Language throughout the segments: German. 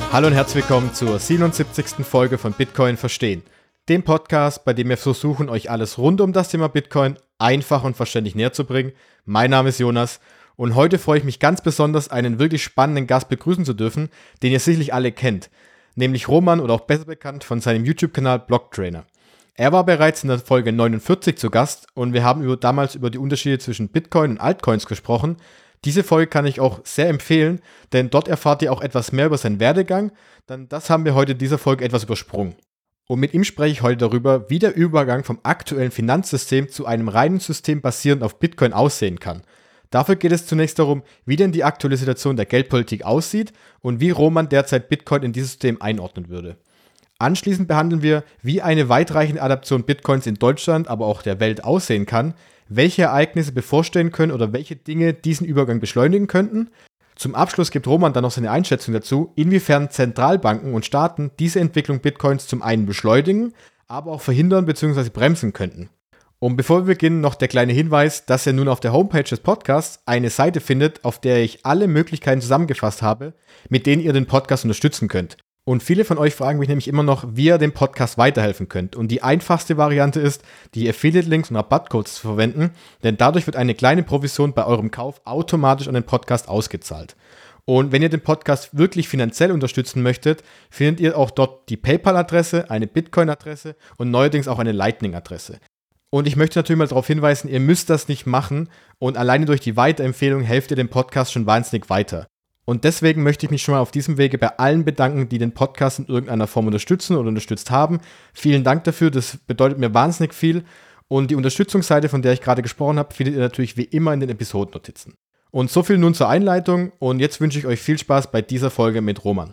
Hallo und herzlich willkommen zur 77. Folge von Bitcoin verstehen. Dem Podcast, bei dem wir versuchen, euch alles rund um das Thema Bitcoin einfach und verständlich näher zu bringen. Mein Name ist Jonas und heute freue ich mich ganz besonders, einen wirklich spannenden Gast begrüßen zu dürfen, den ihr sicherlich alle kennt, nämlich Roman oder auch besser bekannt von seinem YouTube-Kanal Blocktrainer. Er war bereits in der Folge 49 zu Gast und wir haben damals über die Unterschiede zwischen Bitcoin und Altcoins gesprochen. Diese Folge kann ich auch sehr empfehlen, denn dort erfahrt ihr auch etwas mehr über seinen Werdegang, denn das haben wir heute in dieser Folge etwas übersprungen. Und mit ihm spreche ich heute darüber, wie der Übergang vom aktuellen Finanzsystem zu einem reinen System basierend auf Bitcoin aussehen kann. Dafür geht es zunächst darum, wie denn die aktuelle Situation der Geldpolitik aussieht und wie Roman derzeit Bitcoin in dieses System einordnen würde. Anschließend behandeln wir, wie eine weitreichende Adaption Bitcoins in Deutschland, aber auch der Welt aussehen kann, welche Ereignisse bevorstehen können oder welche Dinge diesen Übergang beschleunigen könnten. Zum Abschluss gibt Roman dann noch seine Einschätzung dazu, inwiefern Zentralbanken und Staaten diese Entwicklung Bitcoins zum einen beschleunigen, aber auch verhindern bzw. bremsen könnten. Und bevor wir beginnen, noch der kleine Hinweis, dass ihr nun auf der Homepage des Podcasts eine Seite findet, auf der ich alle Möglichkeiten zusammengefasst habe, mit denen ihr den Podcast unterstützen könnt. Und viele von euch fragen mich nämlich immer noch, wie ihr dem Podcast weiterhelfen könnt. Und die einfachste Variante ist, die Affiliate-Links und Rabattcodes zu verwenden, denn dadurch wird eine kleine Provision bei eurem Kauf automatisch an den Podcast ausgezahlt. Und wenn ihr den Podcast wirklich finanziell unterstützen möchtet, findet ihr auch dort die PayPal-Adresse, eine Bitcoin-Adresse und neuerdings auch eine Lightning-Adresse. Und ich möchte natürlich mal darauf hinweisen, ihr müsst das nicht machen und alleine durch die Weiterempfehlung helft ihr dem Podcast schon wahnsinnig weiter. Und deswegen möchte ich mich schon mal auf diesem Wege bei allen bedanken, die den Podcast in irgendeiner Form unterstützen oder unterstützt haben. Vielen Dank dafür, das bedeutet mir wahnsinnig viel. Und die Unterstützungsseite, von der ich gerade gesprochen habe, findet ihr natürlich wie immer in den Episodennotizen. Und so viel nun zur Einleitung und jetzt wünsche ich euch viel Spaß bei dieser Folge mit Roman.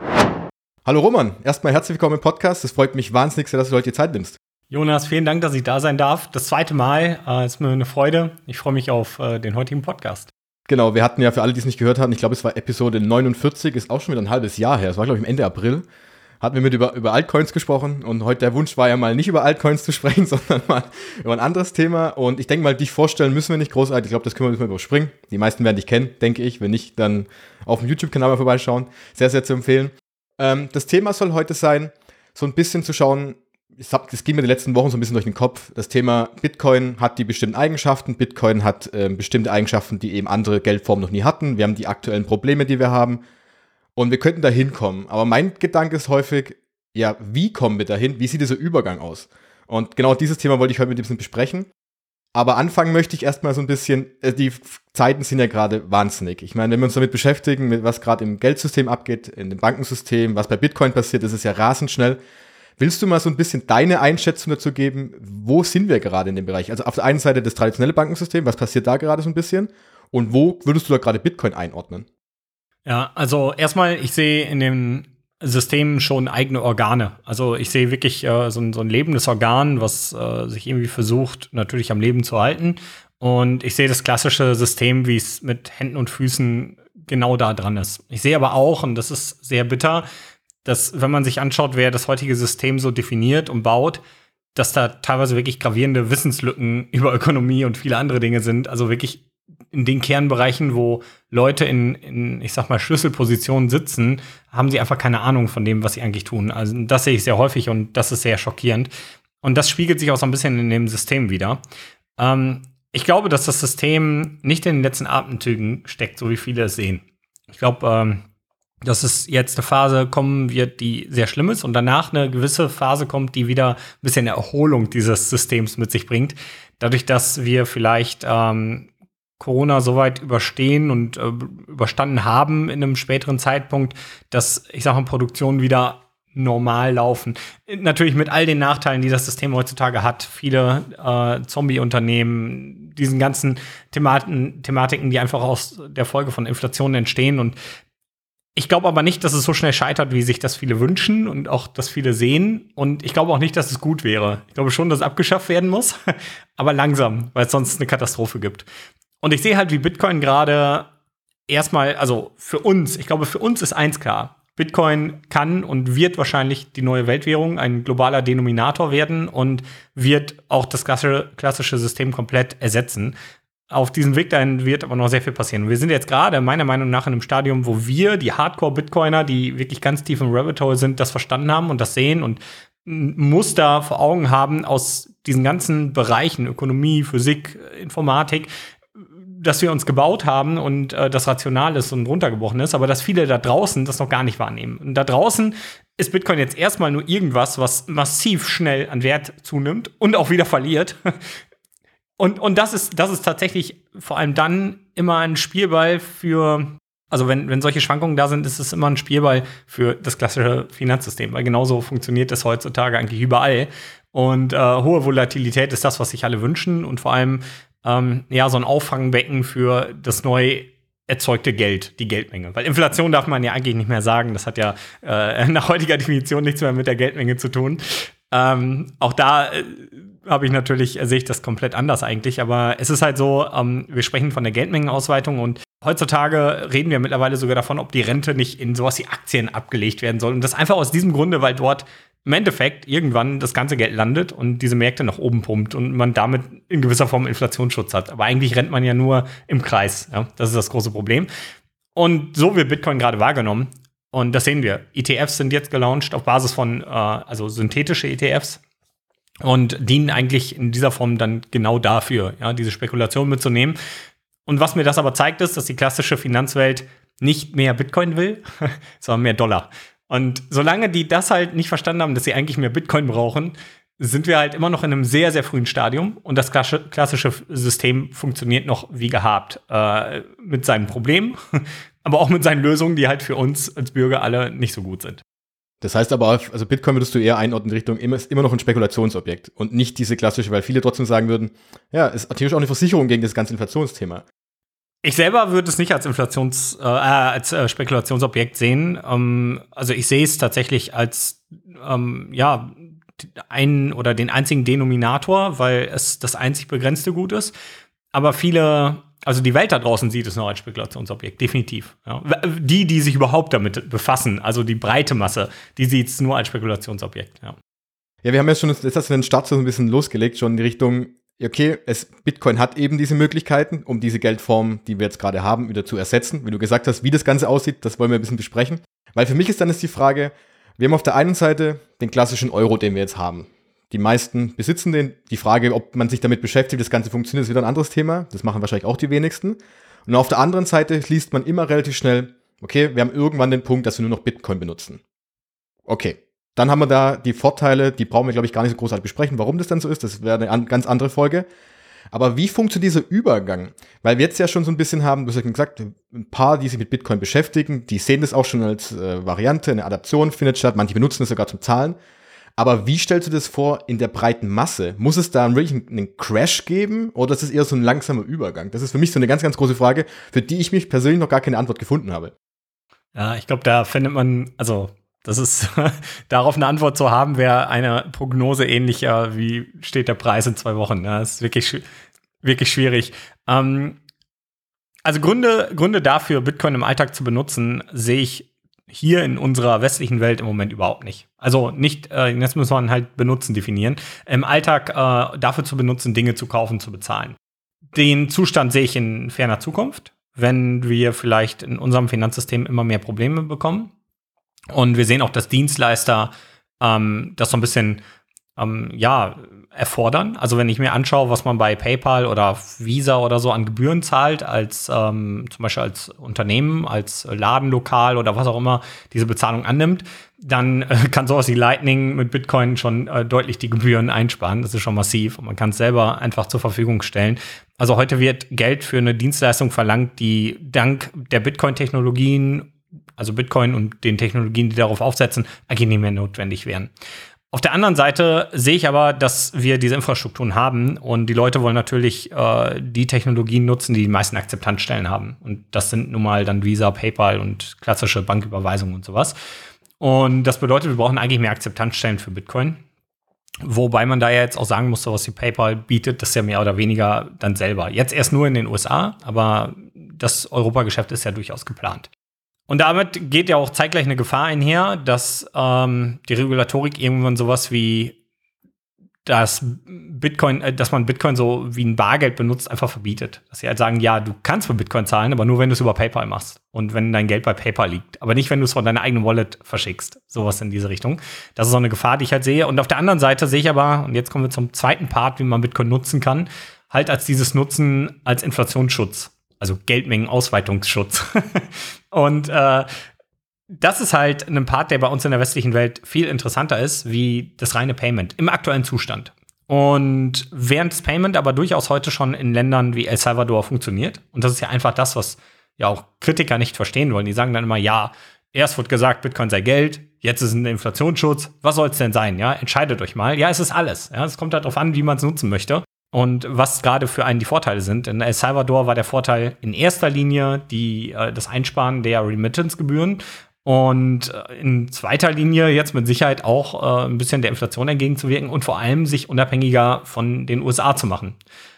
Hallo Roman, erstmal herzlich willkommen im Podcast. Es freut mich wahnsinnig sehr, dass du heute die Zeit nimmst. Jonas, vielen Dank, dass ich da sein darf. Das zweite Mal, ist mir eine Freude. Ich freue mich auf den heutigen Podcast. Genau, wir hatten ja für alle, die es nicht gehört haben, ich glaube, es war Episode 49, ist auch schon wieder ein halbes Jahr her. Es war, glaube ich, Ende April. Hatten wir über Altcoins gesprochen und heute der Wunsch war ja mal nicht über Altcoins zu sprechen, sondern mal über ein anderes Thema. Und ich denke mal, dich vorstellen müssen wir nicht großartig. Ich glaube, das können wir überspringen. Die meisten werden dich kennen, denke ich. Wenn nicht, dann auf dem YouTube-Kanal mal vorbeischauen. Sehr, sehr zu empfehlen. Das Thema soll heute sein, so ein bisschen zu schauen. Das ging mir die letzten Wochen so ein bisschen durch den Kopf. Das Thema Bitcoin hat die bestimmten Eigenschaften. Bitcoin hat bestimmte Eigenschaften, die eben andere Geldformen noch nie hatten. Wir haben die aktuellen Probleme, die wir haben. Und wir könnten da hinkommen. Aber mein Gedanke ist häufig, ja, wie kommen wir dahin? Wie sieht dieser Übergang aus? Und genau dieses Thema wollte ich heute mit dir ein bisschen besprechen. Aber anfangen möchte ich erstmal so ein bisschen, die Zeiten sind ja gerade wahnsinnig. Ich meine, wenn wir uns damit beschäftigen, mit was gerade im Geldsystem abgeht, in dem Bankensystem, was bei Bitcoin passiert, ist es ja rasend schnell. Willst du mal so ein bisschen deine Einschätzung dazu geben, wo sind wir gerade in dem Bereich? Also auf der einen Seite das traditionelle Bankensystem, was passiert da gerade so ein bisschen? Und wo würdest du da gerade Bitcoin einordnen? Ja, also erstmal, ich sehe in dem System schon eigene Organe. Also ich sehe wirklich so ein lebendes Organ, was sich irgendwie versucht, natürlich am Leben zu halten. Und ich sehe das klassische System, wie es mit Händen und Füßen genau da dran ist. Ich sehe aber auch, und das ist sehr bitter, dass, wenn man sich anschaut, wer das heutige System so definiert und baut, dass da teilweise wirklich gravierende Wissenslücken über Ökonomie und viele andere Dinge sind. Also wirklich in den Kernbereichen, wo Leute in ich sag mal, Schlüsselpositionen sitzen, haben sie einfach keine Ahnung von dem, was sie eigentlich tun. Also das sehe ich sehr häufig und das ist sehr schockierend. Und das spiegelt sich auch so ein bisschen in dem System wider. Ich glaube, dass das System nicht in den letzten Atemzügen steckt, so wie viele es sehen. Ich glaube, dass es jetzt eine Phase kommen wird, die sehr schlimm ist und danach eine gewisse Phase kommt, die wieder ein bisschen Erholung dieses Systems mit sich bringt. Dadurch, dass wir vielleicht Corona soweit überstehen und überstanden haben in einem späteren Zeitpunkt, dass, ich sag mal, Produktionen wieder normal laufen. Natürlich mit all den Nachteilen, die das System heutzutage hat. Viele Zombie-Unternehmen, diesen ganzen Thematiken, die einfach aus der Folge von Inflation entstehen. Und ich glaube aber nicht, dass es so schnell scheitert, wie sich das viele wünschen und auch das viele sehen. Und ich glaube auch nicht, dass es gut wäre. Ich glaube schon, dass es abgeschafft werden muss, aber langsam, weil es sonst eine Katastrophe gibt. Und ich sehe halt, wie Bitcoin gerade erstmal, also für uns, ich glaube, für uns ist eins klar. Bitcoin kann und wird wahrscheinlich die neue Weltwährung, ein globaler Denominator werden und wird auch das klassische System komplett ersetzen. Auf diesem Weg dahin wird aber noch sehr viel passieren. Wir sind jetzt gerade, meiner Meinung nach, in einem Stadium, wo wir, die Hardcore-Bitcoiner, die wirklich ganz tief im Rabbit Hole sind, das verstanden haben und das sehen und Muster vor Augen haben aus diesen ganzen Bereichen, Ökonomie, Physik, Informatik, dass wir uns gebaut haben und das rational ist und runtergebrochen ist, aber dass viele da draußen das noch gar nicht wahrnehmen. Und da draußen ist Bitcoin jetzt erstmal nur irgendwas, was massiv schnell an Wert zunimmt und auch wieder verliert. Und das ist tatsächlich vor allem dann immer ein Spielball für, also wenn solche Schwankungen da sind, ist es immer ein Spielball für das klassische Finanzsystem, weil genauso funktioniert das heutzutage eigentlich überall. Und hohe Volatilität ist das, was sich alle wünschen und vor allem so ein Auffangbecken für das neu erzeugte Geld, die Geldmenge. Weil Inflation darf man ja eigentlich nicht mehr sagen. Das hat ja nach heutiger Definition nichts mehr mit der Geldmenge zu tun. Auch da sehe ich das komplett anders eigentlich. Aber es ist halt so, wir sprechen von der Geldmengenausweitung und heutzutage reden wir mittlerweile sogar davon, ob die Rente nicht in sowas wie Aktien abgelegt werden soll. Und das einfach aus diesem Grunde, weil dort im Endeffekt irgendwann das ganze Geld landet und diese Märkte nach oben pumpt und man damit in gewisser Form Inflationsschutz hat. Aber eigentlich rennt man ja nur im Kreis. Ja? Das ist das große Problem. Und so wird Bitcoin gerade wahrgenommen. Und das sehen wir. ETFs sind jetzt gelauncht auf Basis von synthetische ETFs und dienen eigentlich in dieser Form dann genau dafür, ja, diese Spekulation mitzunehmen. Und was mir das aber zeigt, ist, dass die klassische Finanzwelt nicht mehr Bitcoin will, sondern mehr Dollar. Und solange die das halt nicht verstanden haben, dass sie eigentlich mehr Bitcoin brauchen, sind wir halt immer noch in einem sehr, sehr frühen Stadium. Und das klassische System funktioniert noch wie gehabt. Mit seinen Problemen, aber auch mit seinen Lösungen, die halt für uns als Bürger alle nicht so gut sind. Das heißt aber, also Bitcoin würdest du eher einordnen in Richtung, ist immer noch ein Spekulationsobjekt und nicht diese klassische, weil viele trotzdem sagen würden, ja, ist natürlich auch eine Versicherung gegen das ganze Inflationsthema. Ich selber würde es nicht als Spekulationsobjekt sehen. Also ich sehe es tatsächlich als einen oder den einzigen Denominator, weil es das einzig begrenzte Gut ist. Aber also die Welt da draußen sieht es noch als Spekulationsobjekt, definitiv. Ja. Die sich überhaupt damit befassen, also die breite Masse, die sieht es nur als Spekulationsobjekt. Ja, wir haben jetzt hast du den Start so ein bisschen losgelegt, schon in die Richtung, okay, Bitcoin hat eben diese Möglichkeiten, um diese Geldform, die wir jetzt gerade haben, wieder zu ersetzen. Wie du gesagt hast, wie das Ganze aussieht, das wollen wir ein bisschen besprechen. Weil für mich ist dann jetzt die Frage, wir haben auf der einen Seite den klassischen Euro, den wir jetzt haben. Die meisten besitzen den. Die Frage, ob man sich damit beschäftigt, das Ganze funktioniert, ist wieder ein anderes Thema. Das machen wahrscheinlich auch die wenigsten. Und auf der anderen Seite liest man immer relativ schnell, okay, wir haben irgendwann den Punkt, dass wir nur noch Bitcoin benutzen. Okay. Dann haben wir da die Vorteile, die brauchen wir, glaube ich, gar nicht so großartig besprechen, warum das dann so ist. Das wäre eine ganz andere Folge. Aber wie funktioniert dieser Übergang? Weil wir jetzt ja schon so ein bisschen haben, du hast ja gesagt, ein paar, die sich mit Bitcoin beschäftigen, die sehen das auch schon als Variante, eine Adaption findet statt. Manche benutzen es sogar zum Zahlen. Aber wie stellst du das vor in der breiten Masse? Muss es da wirklich einen Crash geben oder ist es eher so ein langsamer Übergang? Das ist für mich so eine ganz, ganz große Frage, für die ich mich persönlich noch gar keine Antwort gefunden habe. Ja, ich glaube, da findet man, also das ist, darauf eine Antwort zu haben, wäre eine Prognose ähnlicher, wie steht der Preis in 2 Wochen. Das ist wirklich, wirklich schwierig. Also Gründe dafür, Bitcoin im Alltag zu benutzen, sehe ich hier in unserer westlichen Welt im Moment überhaupt nicht. Also nicht, jetzt muss man halt benutzen definieren. Im Alltag dafür zu benutzen, Dinge zu kaufen, zu bezahlen. Den Zustand sehe ich in ferner Zukunft, wenn wir vielleicht in unserem Finanzsystem immer mehr Probleme bekommen. Und wir sehen auch, dass Dienstleister das so ein bisschen erfordern. Also wenn ich mir anschaue, was man bei PayPal oder Visa oder so an Gebühren zahlt, als zum Beispiel als Unternehmen, als Ladenlokal oder was auch immer diese Bezahlung annimmt, dann kann sowas wie Lightning mit Bitcoin schon deutlich die Gebühren einsparen. Das ist schon massiv und man kann es selber einfach zur Verfügung stellen. Also heute wird Geld für eine Dienstleistung verlangt, die dank der Bitcoin-Technologien, also Bitcoin und den Technologien, die darauf aufsetzen, eigentlich nicht mehr notwendig wären. Auf der anderen Seite sehe ich aber, dass wir diese Infrastrukturen haben und die Leute wollen natürlich die Technologien nutzen, die meisten Akzeptanzstellen haben. Und das sind nun mal dann Visa, PayPal und klassische Banküberweisungen und sowas. Und das bedeutet, wir brauchen eigentlich mehr Akzeptanzstellen für Bitcoin. Wobei man da ja jetzt auch sagen muss, was die PayPal bietet, das ist ja mehr oder weniger dann selber. Jetzt erst nur in den USA, aber das Europageschäft ist ja durchaus geplant. Und damit geht ja auch zeitgleich eine Gefahr einher, dass die Regulatorik irgendwann sowas wie dass man Bitcoin so wie ein Bargeld benutzt, einfach verbietet. Dass sie halt sagen, ja, du kannst mit Bitcoin zahlen, aber nur, wenn du es über PayPal machst und wenn dein Geld bei PayPal liegt. Aber nicht, wenn du es von deiner eigenen Wallet verschickst. Sowas in diese Richtung. Das ist so eine Gefahr, die ich halt sehe. Und auf der anderen Seite sehe ich aber, und jetzt kommen wir zum zweiten Part, wie man Bitcoin nutzen kann, halt als dieses Nutzen als Inflationsschutz. Also Geldmengenausweitungsschutz. Und das ist halt ein Part, der bei uns in der westlichen Welt viel interessanter ist, wie das reine Payment im aktuellen Zustand. Und während das Payment aber durchaus heute schon in Ländern wie El Salvador funktioniert, und das ist ja einfach das, was ja auch Kritiker nicht verstehen wollen. Die sagen dann immer, ja, erst wird gesagt, Bitcoin sei Geld, jetzt ist es ein Inflationsschutz. Was soll es denn sein? Ja, entscheidet euch mal. Ja, es ist alles. Ja, es kommt halt darauf an, wie man es nutzen möchte. Und was gerade für einen die Vorteile sind. In El Salvador war der Vorteil in erster Linie das Einsparen der Remittance-Gebühren. Und in zweiter Linie jetzt mit Sicherheit auch ein bisschen der Inflation entgegenzuwirken und vor allem sich unabhängiger von den USA zu machen.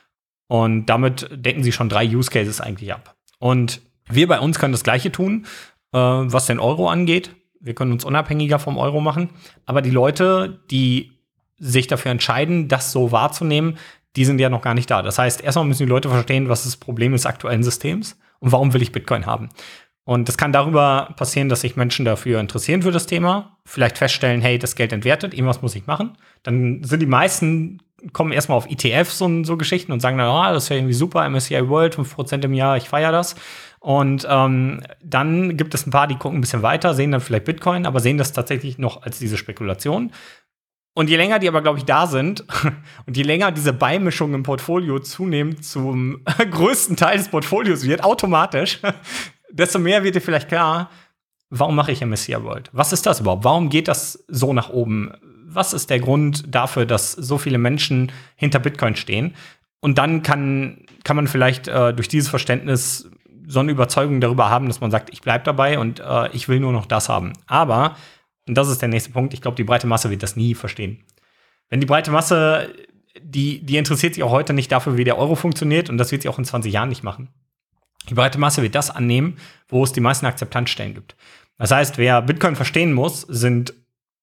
Und damit decken sie schon 3 Use Cases eigentlich ab. Und wir bei uns können das Gleiche tun, was den Euro angeht. Wir können uns unabhängiger vom Euro machen. Aber die Leute, die sich dafür entscheiden, das so wahrzunehmen, die sind ja noch gar nicht da. Das heißt, erstmal müssen die Leute verstehen, was das Problem des aktuellen Systems und warum will ich Bitcoin haben. Und das kann darüber passieren, dass sich Menschen dafür interessieren für das Thema, vielleicht feststellen, hey, das Geld entwertet, irgendwas muss ich machen. Dann sind die meisten, kommen erstmal auf ETFs und so Geschichten und sagen dann, das ist ja irgendwie super, MSCI World, 5% im Jahr, ich feiere das. Und dann gibt es ein paar, die gucken ein bisschen weiter, sehen dann vielleicht Bitcoin, aber sehen das tatsächlich noch als diese Spekulation. Und je länger die aber, glaube ich, da sind und je länger diese Beimischung im Portfolio zunehmend zum größten Teil des Portfolios wird, automatisch, desto mehr wird dir vielleicht klar, warum mache ich MSCI World? Was ist das überhaupt? Warum geht das so nach oben? Was ist der Grund dafür, dass so viele Menschen hinter Bitcoin stehen? Und dann kann man vielleicht durch dieses Verständnis so eine Überzeugung darüber haben, dass man sagt, ich bleibe dabei und ich will nur noch das haben. Aber, und das ist der nächste Punkt, ich glaube, die breite Masse wird das nie verstehen. Wenn die breite Masse, die interessiert sich auch heute nicht dafür, wie der Euro funktioniert, und das wird sie auch in 20 Jahren nicht machen. Die breite Masse wird das annehmen, wo es die meisten Akzeptanzstellen gibt. Das heißt, wer Bitcoin verstehen muss, sind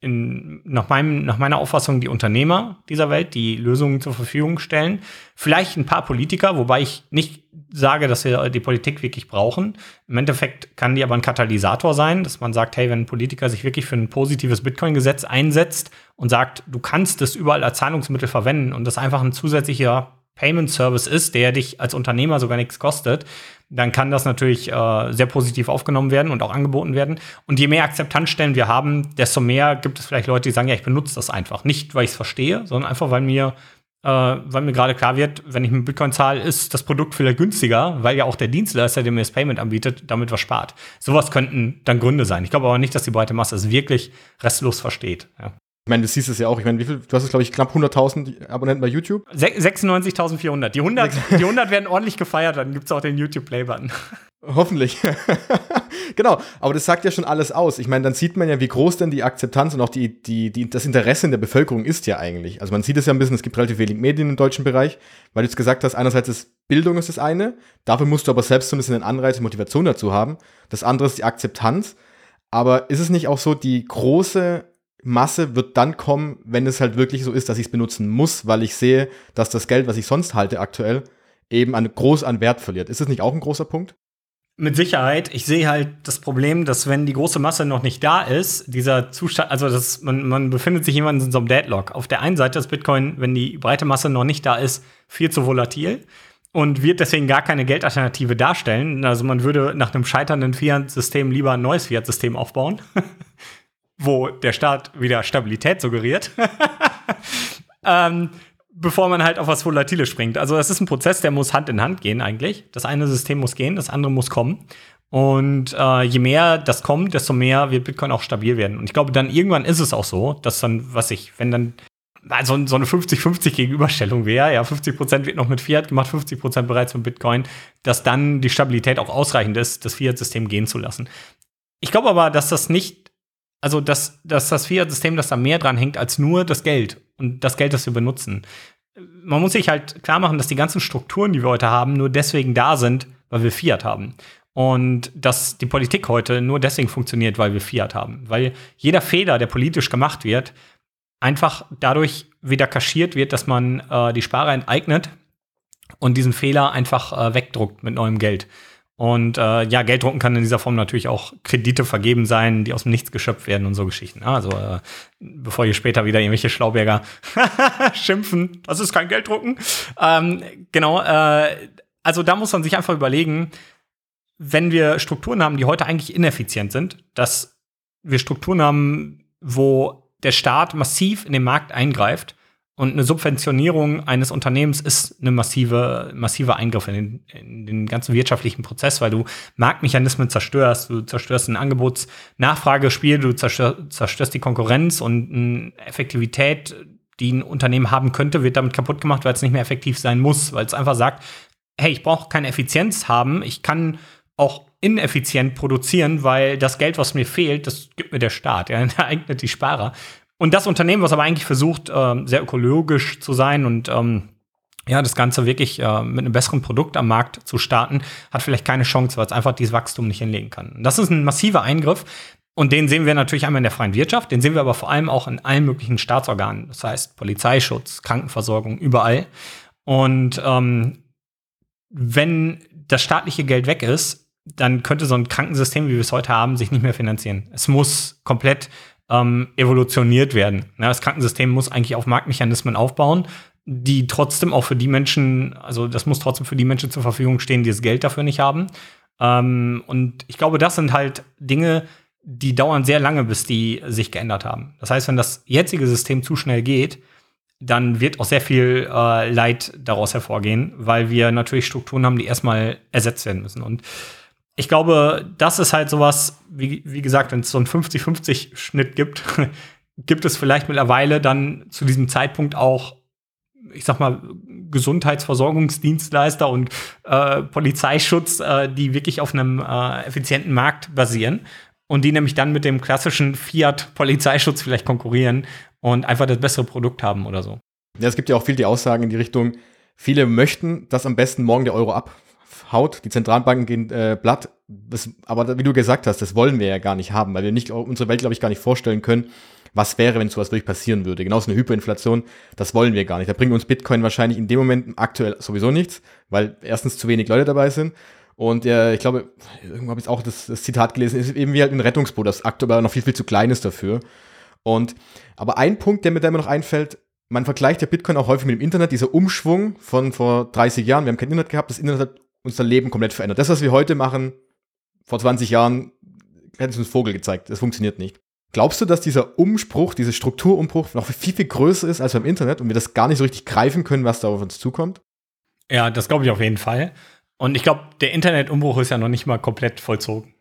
nach meiner Auffassung die Unternehmer dieser Welt, die Lösungen zur Verfügung stellen. Vielleicht ein paar Politiker, wobei ich nicht sage, dass wir die Politik wirklich brauchen. Im Endeffekt kann die aber ein Katalysator sein, dass man sagt, hey, wenn ein Politiker sich wirklich für ein positives Bitcoin-Gesetz einsetzt und sagt, du kannst das überall als Zahlungsmittel verwenden und das einfach ein zusätzlicher Payment-Service ist, der dich als Unternehmer sogar nichts kostet, dann kann das natürlich sehr positiv aufgenommen werden und auch angeboten werden. Und je mehr Akzeptanzstellen wir haben, desto mehr gibt es vielleicht Leute, die sagen, ja, ich benutze das einfach. Nicht, weil ich es verstehe, sondern einfach, weil mir gerade klar wird, wenn ich mit Bitcoin zahle, ist das Produkt vielleicht günstiger, weil ja auch der Dienstleister, der mir das Payment anbietet, damit was spart. Sowas könnten dann Gründe sein. Ich glaube aber nicht, dass die breite Masse es wirklich restlos versteht. Ja. Ich meine, du siehst es ja auch. Ich meine, du hast es, glaube ich, knapp 100.000 Abonnenten bei YouTube. 96.400. Die 100 werden ordentlich gefeiert, dann gibt es auch den YouTube-Play-Button. Hoffentlich. Genau, aber das sagt ja schon alles aus. Ich meine, dann sieht man ja, wie groß denn die Akzeptanz und auch das Interesse in der Bevölkerung ist ja eigentlich. Also man sieht es ja ein bisschen, es gibt relativ wenig Medien im deutschen Bereich, weil du jetzt gesagt hast, einerseits ist Bildung ist das eine, dafür musst du aber selbst so ein bisschen einen Anreiz und Motivation dazu haben. Das andere ist die Akzeptanz. Aber ist es nicht auch so, die große Masse wird dann kommen, wenn es halt wirklich so ist, dass ich es benutzen muss, weil ich sehe, dass das Geld, was ich sonst halte aktuell, eben groß an Wert verliert. Ist das nicht auch ein großer Punkt? Mit Sicherheit. Ich sehe halt das Problem, dass wenn die große Masse noch nicht da ist, dieser Zustand, also man befindet sich jemand in so einem Deadlock. Auf der einen Seite ist Bitcoin, wenn die breite Masse noch nicht da ist, viel zu volatil und wird deswegen gar keine Geldalternative darstellen. Also man würde nach einem scheiternden Fiat-System lieber ein neues Fiat-System aufbauen, wo der Staat wieder Stabilität suggeriert. Bevor man halt auf was Volatiles springt. Also das ist ein Prozess, der muss Hand in Hand gehen eigentlich. Das eine System muss gehen, das andere muss kommen. Und je mehr das kommt, desto mehr wird Bitcoin auch stabil werden. Und ich glaube, dann irgendwann ist es auch so, dass dann, wenn dann so eine 50-50 Gegenüberstellung wäre, ja, 50% wird noch mit Fiat gemacht, 50% bereits mit Bitcoin, dass dann die Stabilität auch ausreichend ist, das Fiat-System gehen zu lassen. Ich glaube aber, dass das nicht, also dass das Fiat-System, dass da mehr dran hängt als nur das Geld und das Geld, das wir benutzen. Man muss sich halt klar machen, dass die ganzen Strukturen, die wir heute haben, nur deswegen da sind, weil wir Fiat haben. Und dass die Politik heute nur deswegen funktioniert, weil wir Fiat haben. Weil jeder Fehler, der politisch gemacht wird, einfach dadurch wieder kaschiert wird, dass man die Sparer enteignet und diesen Fehler einfach wegdruckt mit neuem Geld. Und Gelddrucken kann in dieser Form natürlich auch Kredite vergeben sein, die aus dem Nichts geschöpft werden und so Geschichten. Also bevor hier später wieder irgendwelche Schlauberger schimpfen, das ist kein Gelddrucken. Also da muss man sich einfach überlegen, wenn wir Strukturen haben, die heute eigentlich ineffizient sind, dass wir Strukturen haben, wo der Staat massiv in den Markt eingreift. Und eine Subventionierung eines Unternehmens ist eine massive Eingriff in den ganzen wirtschaftlichen Prozess, weil du Marktmechanismen zerstörst. Du zerstörst ein Angebots-Nachfragespiel, du zerstörst die Konkurrenz und eine Effektivität, die ein Unternehmen haben könnte, wird damit kaputt gemacht, weil es nicht mehr effektiv sein muss, weil es einfach sagt, hey, ich brauche keine Effizienz haben, ich kann auch ineffizient produzieren, weil das Geld, was mir fehlt, das gibt mir der Staat, der eignet die Sparer. Und das Unternehmen, was aber eigentlich versucht, sehr ökologisch zu sein und das Ganze wirklich mit einem besseren Produkt am Markt zu starten, hat vielleicht keine Chance, weil es einfach dieses Wachstum nicht hinlegen kann. Und das ist ein massiver Eingriff. Und den sehen wir natürlich einmal in der freien Wirtschaft, den sehen wir aber vor allem auch in allen möglichen Staatsorganen. Das heißt Polizeischutz, Krankenversorgung, überall. Und wenn das staatliche Geld weg ist, dann könnte so ein Krankensystem, wie wir es heute haben, sich nicht mehr finanzieren. Es muss komplett evolutioniert werden. Ja, das Krankensystem muss eigentlich auf Marktmechanismen aufbauen, die trotzdem auch für die Menschen, also das muss trotzdem für die Menschen zur Verfügung stehen, die das Geld dafür nicht haben. Und ich glaube, das sind halt Dinge, die dauern sehr lange, bis die sich geändert haben. Das heißt, wenn das jetzige System zu schnell geht, dann wird auch sehr viel Leid daraus hervorgehen, weil wir natürlich Strukturen haben, die erstmal ersetzt werden müssen. Und ich glaube, das ist halt sowas, wie gesagt, wenn es so einen 50-50-Schnitt gibt, gibt es vielleicht mittlerweile dann zu diesem Zeitpunkt auch, ich sag mal, Gesundheitsversorgungsdienstleister und Polizeischutz, die wirklich auf einem effizienten Markt basieren und die nämlich dann mit dem klassischen Fiat-Polizeischutz vielleicht konkurrieren und einfach das bessere Produkt haben oder so. Ja, es gibt ja auch viele die Aussagen in die Richtung, viele möchten, dass am besten morgen der Euro abhaut, die Zentralbanken gehen platt, aber wie du gesagt hast, das wollen wir ja gar nicht haben, weil wir unsere Welt, glaube ich, gar nicht vorstellen können, was wäre, wenn sowas wirklich passieren würde. Genauso eine Hyperinflation, das wollen wir gar nicht. Da bringt uns Bitcoin wahrscheinlich in dem Moment aktuell sowieso nichts, weil erstens zu wenig Leute dabei sind und ich glaube, irgendwo habe ich auch das Zitat gelesen, ist eben wie halt ein Rettungsboot, das aktuell noch viel, viel zu klein ist dafür. Aber ein Punkt, der mir da immer noch einfällt, man vergleicht ja Bitcoin auch häufig mit dem Internet, dieser Umschwung von vor 30 Jahren, wir haben kein Internet gehabt, das Internet hat unser Leben komplett verändert. Das, was wir heute machen, vor 20 Jahren, hätte es uns Vogel gezeigt, das funktioniert nicht. Glaubst du, dass dieser Umspruch, dieser Strukturumbruch noch viel, viel größer ist als beim Internet und wir das gar nicht so richtig greifen können, was da auf uns zukommt? Ja, das glaube ich auf jeden Fall. Und ich glaube, der Internetumbruch ist ja noch nicht mal komplett vollzogen.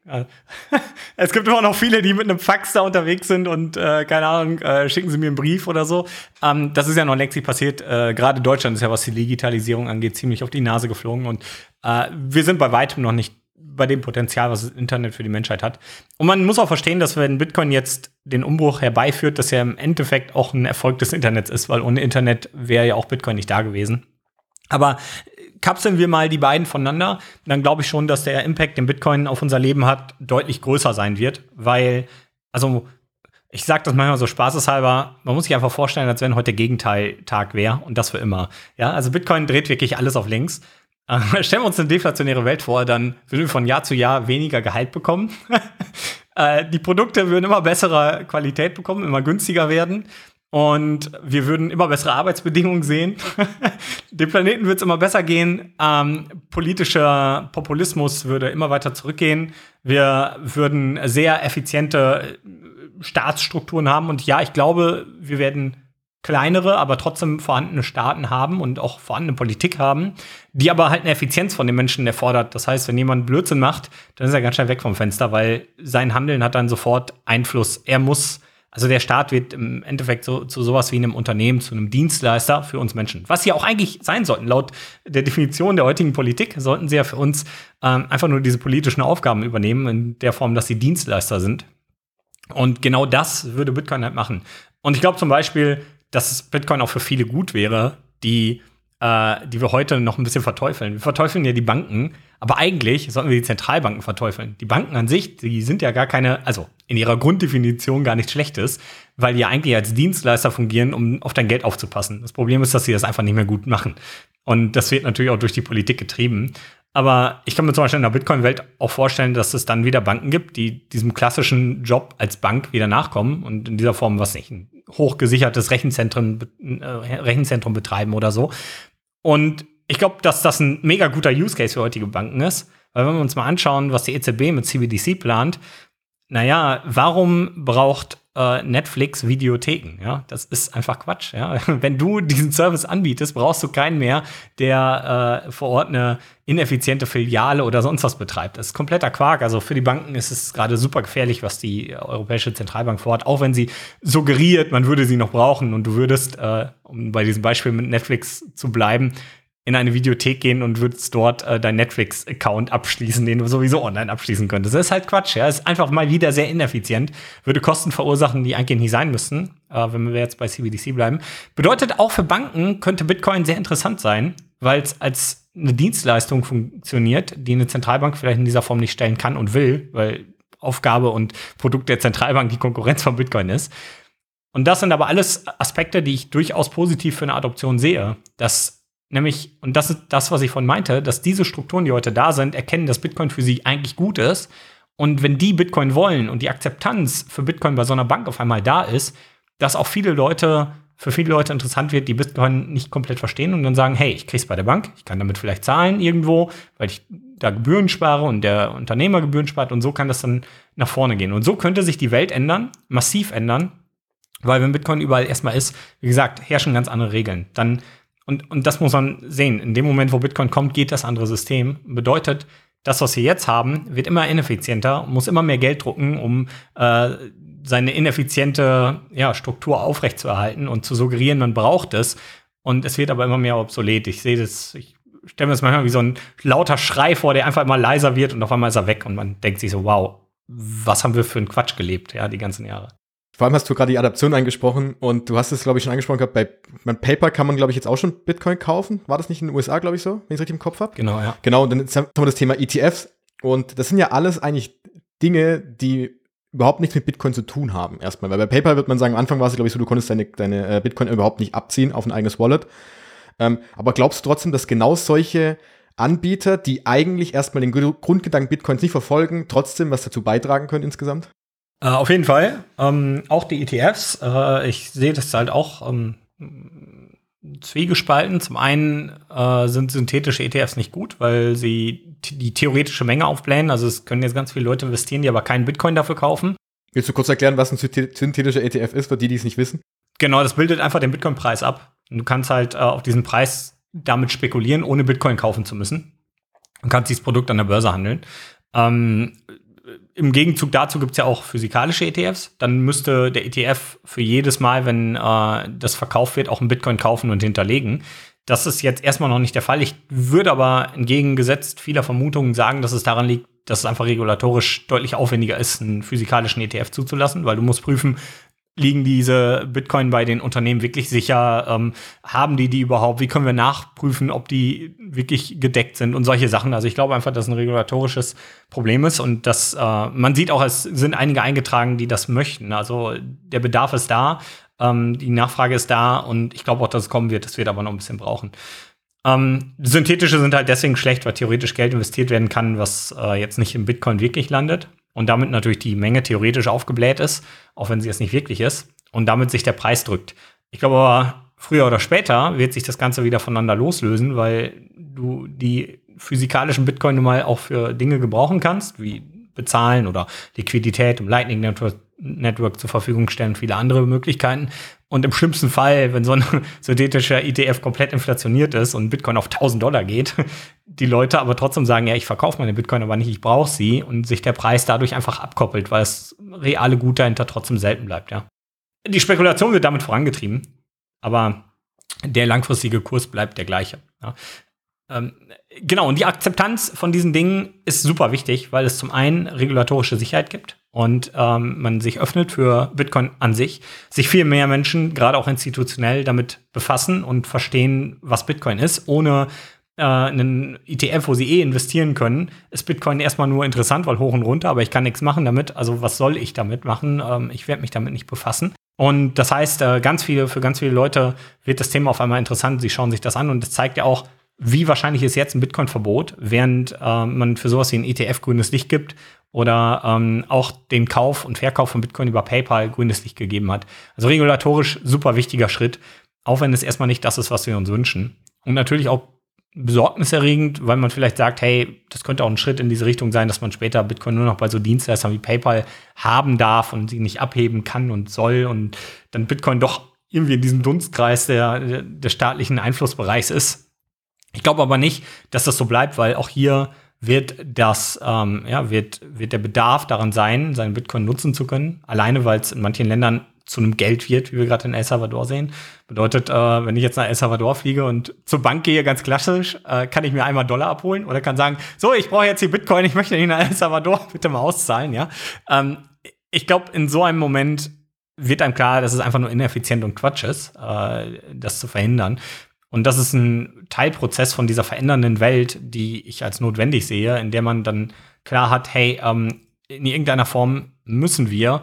Es gibt immer noch viele, die mit einem Fax da unterwegs sind und, keine Ahnung, schicken sie mir einen Brief oder so. Das ist ja noch längst nicht passiert. Gerade Deutschland ist ja, was die Digitalisierung angeht, ziemlich auf die Nase geflogen. Und wir sind bei weitem noch nicht bei dem Potenzial, was das Internet für die Menschheit hat. Und man muss auch verstehen, dass wenn Bitcoin jetzt den Umbruch herbeiführt, dass ja im Endeffekt auch ein Erfolg des Internets ist, weil ohne Internet wäre ja auch Bitcoin nicht da gewesen. Aber kapseln wir mal die beiden voneinander, dann glaube ich schon, dass der Impact, den Bitcoin auf unser Leben hat, deutlich größer sein wird, weil, also ich sage das manchmal so spaßeshalber, man muss sich einfach vorstellen, als wenn heute der Gegenteil-Tag wäre und das für immer. Ja, also Bitcoin dreht wirklich alles auf links. Stellen wir uns eine deflationäre Welt vor, dann würden wir von Jahr zu Jahr weniger Gehalt bekommen. Die Produkte würden immer bessere Qualität bekommen, immer günstiger werden. Und wir würden immer bessere Arbeitsbedingungen sehen. Dem Planeten wird es immer besser gehen. Politischer Populismus würde immer weiter zurückgehen. Wir würden sehr effiziente Staatsstrukturen haben. Und ja, ich glaube, wir werden kleinere, aber trotzdem vorhandene Staaten haben und auch vorhandene Politik haben, die aber halt eine Effizienz von den Menschen erfordert. Das heißt, wenn jemand Blödsinn macht, dann ist er ganz schnell weg vom Fenster, weil sein Handeln hat dann sofort Einfluss. Also der Staat wird im Endeffekt zu sowas wie einem Unternehmen, zu einem Dienstleister für uns Menschen. Was sie auch eigentlich sein sollten. Laut der Definition der heutigen Politik sollten sie ja für uns einfach nur diese politischen Aufgaben übernehmen, in der Form, dass sie Dienstleister sind. Und genau das würde Bitcoin halt machen. Und ich glaube zum Beispiel, dass Bitcoin auch für viele gut wäre, die die wir heute noch ein bisschen verteufeln. Wir verteufeln ja die Banken, aber eigentlich sollten wir die Zentralbanken verteufeln. Die Banken an sich, die sind ja gar keine, also in ihrer Grunddefinition gar nichts Schlechtes, weil die ja eigentlich als Dienstleister fungieren, um auf dein Geld aufzupassen. Das Problem ist, dass sie das einfach nicht mehr gut machen. Und das wird natürlich auch durch die Politik getrieben. Aber ich kann mir zum Beispiel in der Bitcoin-Welt auch vorstellen, dass es dann wieder Banken gibt, die diesem klassischen Job als Bank wieder nachkommen und in dieser Form, was nicht, ein hochgesichertes Rechenzentrum betreiben oder so. Und ich glaube, dass das ein mega guter Use Case für heutige Banken ist. Weil wenn wir uns mal anschauen, was die EZB mit CBDC plant, naja, warum braucht Netflix Videotheken? Ja, das ist einfach Quatsch. Ja? Wenn du diesen Service anbietest, brauchst du keinen mehr, der vor Ort eine ineffiziente Filiale oder sonst was betreibt. Das ist kompletter Quark. Also für die Banken ist es gerade super gefährlich, was die Europäische Zentralbank vorhat, auch wenn sie suggeriert, man würde sie noch brauchen und du würdest, um bei diesem Beispiel mit Netflix zu bleiben, in eine Videothek gehen und würdest dort deinen Netflix-Account abschließen, den du sowieso online abschließen könntest. Das ist halt Quatsch, ja. Ist einfach mal wieder sehr ineffizient. Würde Kosten verursachen, die eigentlich nicht sein müssten, wenn wir jetzt bei CBDC bleiben. Bedeutet, auch für Banken könnte Bitcoin sehr interessant sein, weil es als eine Dienstleistung funktioniert, die eine Zentralbank vielleicht in dieser Form nicht stellen kann und will, weil Aufgabe und Produkt der Zentralbank die Konkurrenz von Bitcoin ist. Und das sind aber alles Aspekte, die ich durchaus positiv für eine Adoption sehe. Nämlich, und das ist das, was ich von meinte, dass diese Strukturen, die heute da sind, erkennen, dass Bitcoin für sie eigentlich gut ist. Und wenn die Bitcoin wollen und die Akzeptanz für Bitcoin bei so einer Bank auf einmal da ist, dass auch für viele Leute interessant wird, die Bitcoin nicht komplett verstehen und dann sagen, hey, ich krieg's bei der Bank, ich kann damit vielleicht zahlen irgendwo, weil ich da Gebühren spare und der Unternehmer Gebühren spart und so kann das dann nach vorne gehen. Und so könnte sich die Welt ändern, massiv ändern, weil wenn Bitcoin überall erstmal ist, wie gesagt, herrschen ganz andere Regeln. Und das muss man sehen. In dem Moment, wo Bitcoin kommt, geht das andere System. Bedeutet, das, was wir jetzt haben, wird immer ineffizienter und muss immer mehr Geld drucken, um seine ineffiziente Struktur aufrechtzuerhalten und zu suggerieren, man braucht es. Und es wird aber immer mehr obsolet. Ich stelle mir das manchmal wie so ein lauter Schrei vor, der einfach immer leiser wird und auf einmal ist er weg. Und man denkt sich so, wow, was haben wir für einen Quatsch gelebt, ja, die ganzen Jahre. Vor allem hast du gerade die Adaption angesprochen und du hast es, glaube ich, schon angesprochen gehabt, bei PayPal kann man, glaube ich, jetzt auch schon Bitcoin kaufen. War das nicht in den USA, glaube ich, so, wenn ich es richtig im Kopf habe? Genau, ja. Genau, und dann haben wir das Thema ETFs und das sind ja alles eigentlich Dinge, die überhaupt nichts mit Bitcoin zu tun haben, erstmal. Weil bei PayPal wird man sagen, am Anfang war es, glaube ich, so, du konntest deine Bitcoin überhaupt nicht abziehen auf ein eigenes Wallet. Aber glaubst du trotzdem, dass genau solche Anbieter, die eigentlich erstmal den Grundgedanken Bitcoins nicht verfolgen, trotzdem was dazu beitragen können insgesamt? Auf jeden Fall. Auch die ETFs. Ich sehe das halt auch zwiegespalten. Zum einen sind synthetische ETFs nicht gut, weil sie die theoretische Menge aufblähen. Also es können jetzt ganz viele Leute investieren, die aber keinen Bitcoin dafür kaufen. Willst du kurz erklären, was ein synthetischer ETF ist, für die es nicht wissen? Genau, das bildet einfach den Bitcoin-Preis ab. Und du kannst halt auf diesen Preis damit spekulieren, ohne Bitcoin kaufen zu müssen. Du kannst dieses Produkt an der Börse handeln. Im Gegenzug dazu gibt es ja auch physikalische ETFs. Dann müsste der ETF für jedes Mal, wenn das verkauft wird, auch einen Bitcoin kaufen und hinterlegen. Das ist jetzt erstmal noch nicht der Fall. Ich würde aber entgegengesetzt vieler Vermutungen sagen, dass es daran liegt, dass es einfach regulatorisch deutlich aufwendiger ist, einen physikalischen ETF zuzulassen, weil du musst prüfen, liegen diese Bitcoin bei den Unternehmen wirklich sicher? Haben die überhaupt? Wie können wir nachprüfen, ob die wirklich gedeckt sind und solche Sachen? Also ich glaube einfach, dass ein regulatorisches Problem ist und dass man sieht auch, es sind einige eingetragen, die das möchten. Also der Bedarf ist da, die Nachfrage ist da und ich glaube auch, dass es kommen wird. Das wird aber noch ein bisschen brauchen. Synthetische sind halt deswegen schlecht, weil theoretisch Geld investiert werden kann, was jetzt nicht im Bitcoin wirklich landet. Und damit natürlich die Menge theoretisch aufgebläht ist, auch wenn sie es nicht wirklich ist. Und damit sich der Preis drückt. Ich glaube aber, früher oder später wird sich das Ganze wieder voneinander loslösen, weil du die physikalischen Bitcoin nun mal auch für Dinge gebrauchen kannst, wie bezahlen oder Liquidität im Lightning Network zur Verfügung stellen und viele andere Möglichkeiten. Und im schlimmsten Fall, wenn so ein synthetischer ETF komplett inflationiert ist und Bitcoin auf $1.000 geht, die Leute aber trotzdem sagen, ja, ich verkaufe meine Bitcoin aber nicht, ich brauche sie und sich der Preis dadurch einfach abkoppelt, weil das reale Gut dahinter trotzdem selten bleibt, ja. Die Spekulation wird damit vorangetrieben, aber der langfristige Kurs bleibt der gleiche, ja. Genau, und die Akzeptanz von diesen Dingen ist super wichtig, weil es zum einen regulatorische Sicherheit gibt und man sich öffnet für Bitcoin an sich, sich viel mehr Menschen, gerade auch institutionell, damit befassen und verstehen, was Bitcoin ist, ohne einen ETF, wo sie investieren können, ist Bitcoin erstmal nur interessant, weil hoch und runter, aber ich kann nichts machen damit. Also was soll ich damit machen? Ich werde mich damit nicht befassen. Und das heißt, für ganz viele Leute wird das Thema auf einmal interessant. Sie schauen sich das an und das zeigt ja auch, wie wahrscheinlich ist jetzt ein Bitcoin-Verbot, während man für sowas wie ein ETF grünes Licht gibt oder auch den Kauf und Verkauf von Bitcoin über PayPal grünes Licht gegeben hat. Also regulatorisch super wichtiger Schritt, auch wenn es erstmal nicht das ist, was wir uns wünschen. Und natürlich auch besorgniserregend, weil man vielleicht sagt, hey, das könnte auch ein Schritt in diese Richtung sein, dass man später Bitcoin nur noch bei so Dienstleistern wie PayPal haben darf und sie nicht abheben kann und soll und dann Bitcoin doch irgendwie in diesem Dunstkreis der staatlichen Einflussbereichs ist. Ich glaube aber nicht, dass das so bleibt, weil auch hier wird der Bedarf daran sein, seinen Bitcoin nutzen zu können, alleine weil es in manchen Ländern zu einem Geld wird, wie wir gerade in El Salvador sehen. Bedeutet, wenn ich jetzt nach El Salvador fliege und zur Bank gehe, ganz klassisch, kann ich mir einmal Dollar abholen oder kann sagen, so, ich brauche jetzt hier Bitcoin, ich möchte nicht nach El Salvador, bitte mal auszahlen, ja. Ich glaube, in so einem Moment wird einem klar, dass es einfach nur ineffizient und Quatsch ist, das zu verhindern. Und das ist ein Teilprozess von dieser verändernden Welt, die ich als notwendig sehe, in der man dann klar hat, hey, in irgendeiner Form müssen wir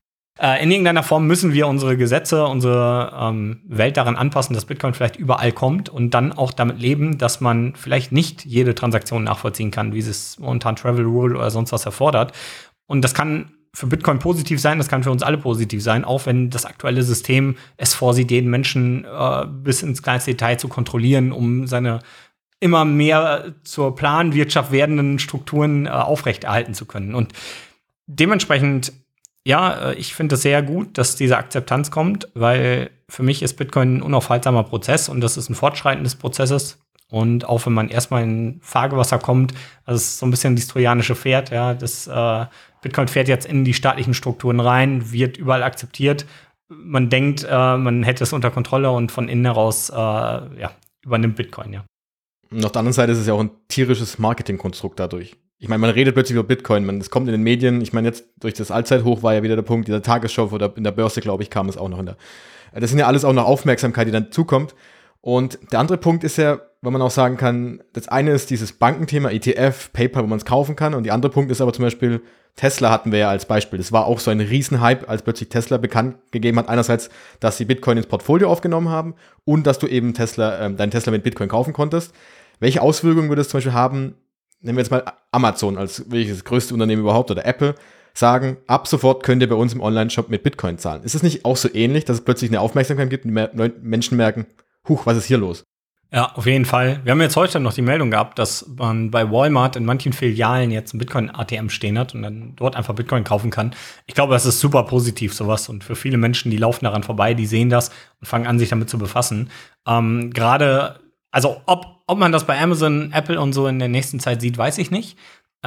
unsere Gesetze, unsere Welt daran anpassen, dass Bitcoin vielleicht überall kommt und dann auch damit leben, dass man vielleicht nicht jede Transaktion nachvollziehen kann, wie es momentan Travel Rule oder sonst was erfordert. Und das kann für Bitcoin positiv sein, das kann für uns alle positiv sein, auch wenn das aktuelle System es vorsieht, jeden Menschen bis ins kleinste Detail zu kontrollieren, um seine immer mehr zur Planwirtschaft werdenden Strukturen aufrechterhalten zu können. Und dementsprechend, ja, ich finde es sehr gut, dass diese Akzeptanz kommt, weil für mich ist Bitcoin ein unaufhaltsamer Prozess und das ist ein Fortschreiten des Prozesses. Und auch wenn man erstmal in Fahrgewasser kommt, also es ist so ein bisschen das trojanische Pferd, ja, das Bitcoin fährt jetzt in die staatlichen Strukturen rein, wird überall akzeptiert. Man denkt, man hätte es unter Kontrolle und von innen heraus übernimmt Bitcoin, ja. Und auf der anderen Seite ist es ja auch ein tierisches Marketingkonstrukt dadurch. Ich meine, man redet plötzlich über Bitcoin, es kommt in den Medien, ich meine, jetzt durch das Allzeithoch war ja wieder der Punkt, dieser Tagesschau oder in der Börse, glaube ich, kam es auch noch das sind ja alles auch noch Aufmerksamkeit, die dann zukommt. Und der andere Punkt ist ja, weil man auch sagen kann, das eine ist dieses Bankenthema, ETF, PayPal, wo man es kaufen kann. Und der andere Punkt ist aber zum Beispiel, Tesla hatten wir ja als Beispiel. Das war auch so ein Riesenhype, als plötzlich Tesla bekannt gegeben hat. Einerseits, dass sie Bitcoin ins Portfolio aufgenommen haben und dass du eben deinen Tesla mit Bitcoin kaufen konntest. Welche Auswirkungen würde es zum Beispiel haben, nehmen wir jetzt mal Amazon als wirklich das größte Unternehmen überhaupt oder Apple, sagen, ab sofort könnt ihr bei uns im Online-Shop mit Bitcoin zahlen. Ist es nicht auch so ähnlich, dass es plötzlich eine Aufmerksamkeit gibt und Menschen merken, huch, was ist hier los? Ja, auf jeden Fall. Wir haben jetzt heute noch die Meldung gehabt, dass man bei Walmart in manchen Filialen jetzt ein Bitcoin-ATM stehen hat und dann dort einfach Bitcoin kaufen kann. Ich glaube, das ist super positiv, sowas. Und für viele Menschen, die laufen daran vorbei, die sehen das und fangen an, sich damit zu befassen. Gerade, also ob man das bei Amazon, Apple und so in der nächsten Zeit sieht, weiß ich nicht.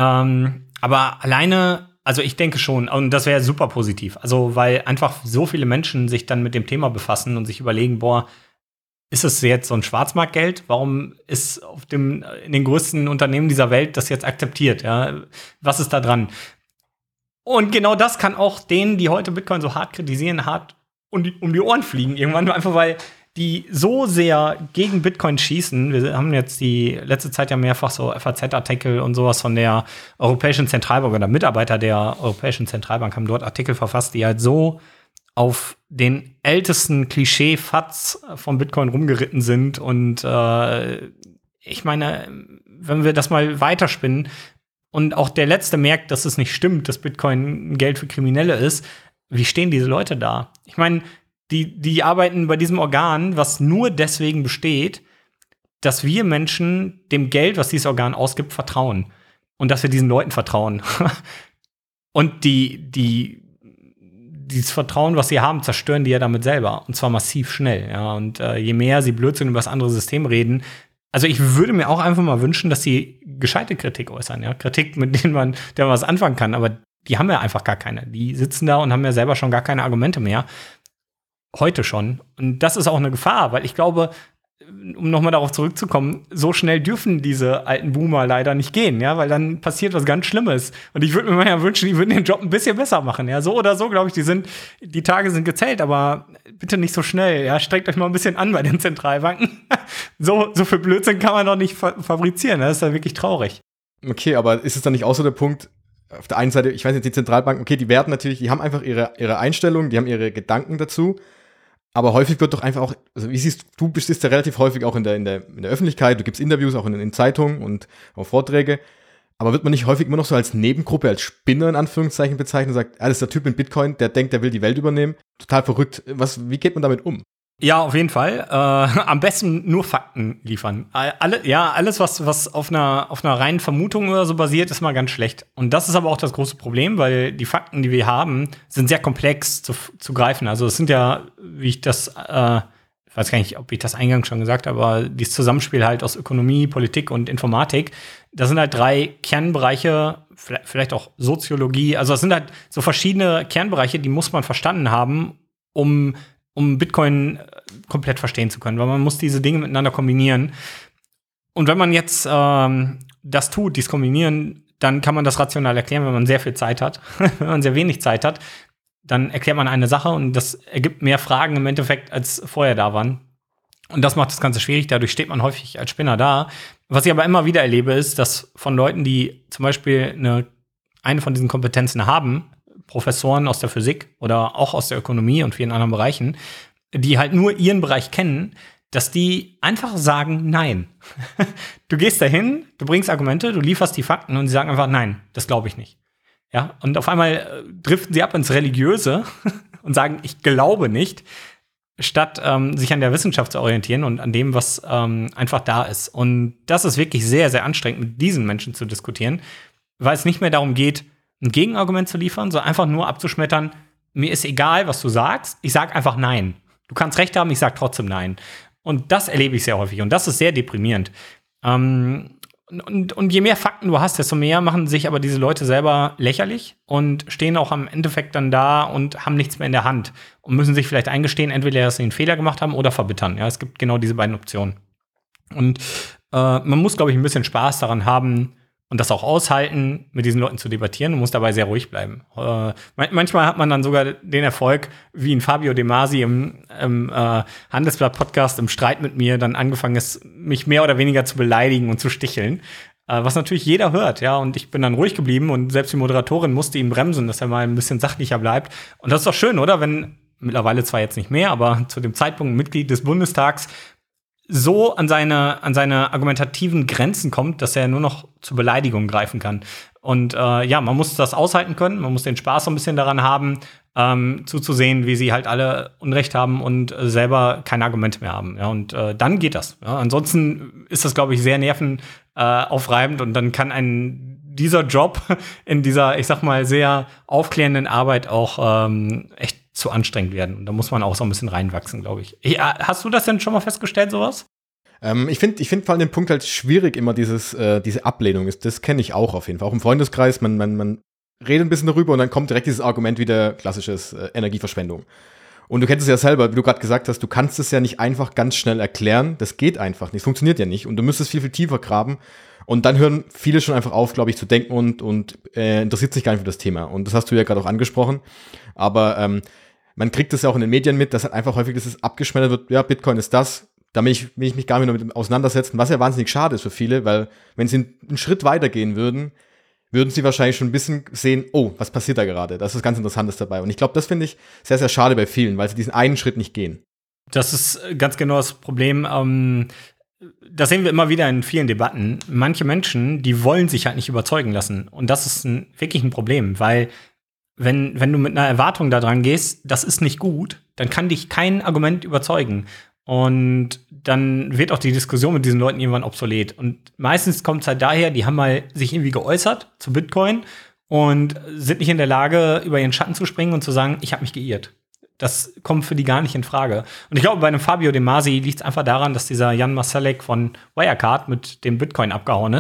Aber alleine, also ich denke schon, und das wäre super positiv. Also, weil einfach so viele Menschen sich dann mit dem Thema befassen und sich überlegen, boah, ist es jetzt so ein Schwarzmarktgeld? Warum ist in den größten Unternehmen dieser Welt das jetzt akzeptiert? Ja? Was ist da dran? Und genau das kann auch denen, die heute Bitcoin so hart kritisieren, hart um die Ohren fliegen. Irgendwann einfach, weil die so sehr gegen Bitcoin schießen. Wir haben jetzt die letzte Zeit ja mehrfach so FAZ-Artikel und sowas von der Europäischen Zentralbank oder Mitarbeiter der Europäischen Zentralbank haben dort Artikel verfasst, die halt so auf den ältesten Klischee-Fatz von Bitcoin rumgeritten sind. Und ich meine, wenn wir das mal weiterspinnen und auch der Letzte merkt, dass es nicht stimmt, dass Bitcoin ein Geld für Kriminelle ist, wie stehen diese Leute da? Ich meine, die arbeiten bei diesem Organ, was nur deswegen besteht, dass wir Menschen dem Geld, was dieses Organ ausgibt, vertrauen. Und dass wir diesen Leuten vertrauen. Und dieses Vertrauen, was sie haben, zerstören die ja damit selber. Und zwar massiv schnell. Ja? Und je mehr sie Blödsinn über das andere System reden, also ich würde mir auch einfach mal wünschen, dass sie gescheite Kritik äußern. Ja? Kritik, mit der man was anfangen kann. Aber die haben ja einfach gar keine. Die sitzen da und haben ja selber schon gar keine Argumente mehr. Heute schon. Und das ist auch eine Gefahr, weil ich glaube, um nochmal darauf zurückzukommen, so schnell dürfen diese alten Boomer leider nicht gehen, ja, weil dann passiert was ganz Schlimmes. Und ich würde mir manchmal wünschen, die würden den Job ein bisschen besser machen, ja, so oder so, glaube ich, die Tage sind gezählt, aber bitte nicht so schnell, ja, streckt euch mal ein bisschen an bei den Zentralbanken. So viel Blödsinn kann man doch nicht fabrizieren, das ist ja wirklich traurig. Okay, aber ist es dann nicht auch so der Punkt, auf der einen Seite, ich weiß nicht, die Zentralbanken, okay, die werden natürlich, die haben einfach ihre Einstellung, die haben ihre Gedanken dazu, aber häufig wird doch einfach auch, also wie siehst du, bist ja relativ häufig auch in der Öffentlichkeit, du gibst Interviews auch in Zeitungen und auch Vorträge, aber wird man nicht häufig immer noch so als Nebengruppe, als Spinner in Anführungszeichen bezeichnet und sagt, das ist der Typ in Bitcoin, der denkt, der will die Welt übernehmen, total verrückt, wie geht man damit um? Ja, auf jeden Fall. Am besten nur Fakten liefern. Alles, was auf einer reinen Vermutung oder so basiert, ist mal ganz schlecht. Und das ist aber auch das große Problem, weil die Fakten, die wir haben, sind sehr komplex zu greifen. Also es sind ja, wie ich das, ich weiß gar nicht, ob ich das eingangs schon gesagt habe, aber dieses Zusammenspiel halt aus Ökonomie, Politik und Informatik, das sind halt 3 Kernbereiche, vielleicht auch Soziologie. Also es sind halt so verschiedene Kernbereiche, die muss man verstanden haben, um Bitcoin komplett verstehen zu können, weil man muss diese Dinge miteinander kombinieren. Und wenn man jetzt das tut, dies kombinieren, dann kann man das rational erklären, wenn man sehr viel Zeit hat. Wenn man sehr wenig Zeit hat, dann erklärt man eine Sache und das ergibt mehr Fragen im Endeffekt, als vorher da waren. Und das macht das Ganze schwierig, dadurch steht man häufig als Spinner da. Was ich aber immer wieder erlebe, ist, dass von Leuten, die zum Beispiel eine von diesen Kompetenzen haben, Professoren aus der Physik oder auch aus der Ökonomie und vielen anderen Bereichen, die halt nur ihren Bereich kennen, dass die einfach sagen Nein. Du gehst dahin, du bringst Argumente, du lieferst die Fakten und sie sagen einfach Nein, das glaube ich nicht. Ja, und auf einmal driften sie ab ins Religiöse und sagen, ich glaube nicht, statt sich an der Wissenschaft zu orientieren und an dem, was einfach da ist. Und das ist wirklich sehr, sehr anstrengend, mit diesen Menschen zu diskutieren, weil es nicht mehr darum geht, ein Gegenargument zu liefern, sondern einfach nur abzuschmettern, mir ist egal, was du sagst, ich sag einfach Nein. Du kannst recht haben, ich sag trotzdem Nein. Und das erlebe ich sehr häufig und das ist sehr deprimierend. Und je mehr Fakten du hast, desto mehr machen sich aber diese Leute selber lächerlich und stehen auch am Endeffekt dann da und haben nichts mehr in der Hand und müssen sich vielleicht eingestehen, entweder, dass sie einen Fehler gemacht haben oder verbittern. Ja, es gibt genau diese beiden Optionen. Und man muss, glaube ich, ein bisschen Spaß daran haben, und das auch aushalten, mit diesen Leuten zu debattieren und muss dabei sehr ruhig bleiben. Manchmal hat man dann sogar den Erfolg, wie in Fabio De Masi im Handelsblatt-Podcast im Streit mit mir dann angefangen ist, mich mehr oder weniger zu beleidigen und zu sticheln. Was natürlich jeder hört, ja. Und ich bin dann ruhig geblieben und selbst die Moderatorin musste ihn bremsen, dass er mal ein bisschen sachlicher bleibt. Und das ist doch schön, oder? Wenn mittlerweile zwar jetzt nicht mehr, aber zu dem Zeitpunkt Mitglied des Bundestags so an seine argumentativen Grenzen kommt, dass er nur noch zur Beleidigung greifen kann. Und man muss das aushalten können, man muss den Spaß so ein bisschen daran haben, zuzusehen, wie sie halt alle Unrecht haben und selber keine Argumente mehr haben. Ja, und dann geht das. Ja. Ansonsten ist das, glaube ich, sehr nervenaufreibend und dann kann dieser Job in dieser, ich sag mal, sehr aufklärenden Arbeit auch echt zu anstrengend werden. Und da muss man auch so ein bisschen reinwachsen, glaube ich. Ja, hast du das denn schon mal festgestellt, sowas? Ich finde vor allem den Punkt halt schwierig, immer diese Ablehnung. Das kenne ich auch auf jeden Fall. Auch im Freundeskreis, man redet ein bisschen darüber und dann kommt direkt dieses Argument wieder, klassisches Energieverschwendung. Und du kennst es ja selber, wie du gerade gesagt hast, du kannst es ja nicht einfach ganz schnell erklären. Das geht einfach nicht, es funktioniert ja nicht. Und du müsstest viel, viel tiefer graben. Und dann hören viele schon einfach auf, glaube ich, zu denken und interessiert sich gar nicht für das Thema. Und das hast du ja gerade auch angesprochen. Aber man kriegt das ja auch in den Medien mit, dass halt einfach häufig das abgeschmettert wird, ja, Bitcoin ist das, da will ich mich gar nicht mehr damit auseinandersetzen, was ja wahnsinnig schade ist für viele, weil wenn sie einen Schritt weiter gehen würden sie wahrscheinlich schon ein bisschen sehen, oh, was passiert da gerade? Da ist was ganz Interessantes dabei. Und ich glaube, das finde ich sehr, sehr schade bei vielen, weil sie diesen einen Schritt nicht gehen. Das ist ganz genau das Problem. Das sehen wir immer wieder in vielen Debatten. Manche Menschen, die wollen sich halt nicht überzeugen lassen. Und das ist wirklich ein Problem, weil wenn du mit einer Erwartung da dran gehst, das ist nicht gut, dann kann dich kein Argument überzeugen. Und dann wird auch die Diskussion mit diesen Leuten irgendwann obsolet. Und meistens kommt es halt daher, die haben mal sich irgendwie geäußert zu Bitcoin und sind nicht in der Lage, über ihren Schatten zu springen und zu sagen, ich habe mich geirrt. Das kommt für die gar nicht in Frage. Und ich glaube, bei einem Fabio De Masi liegt es einfach daran, dass dieser Jan Marsalek von Wirecard mit dem Bitcoin abgehauen ist.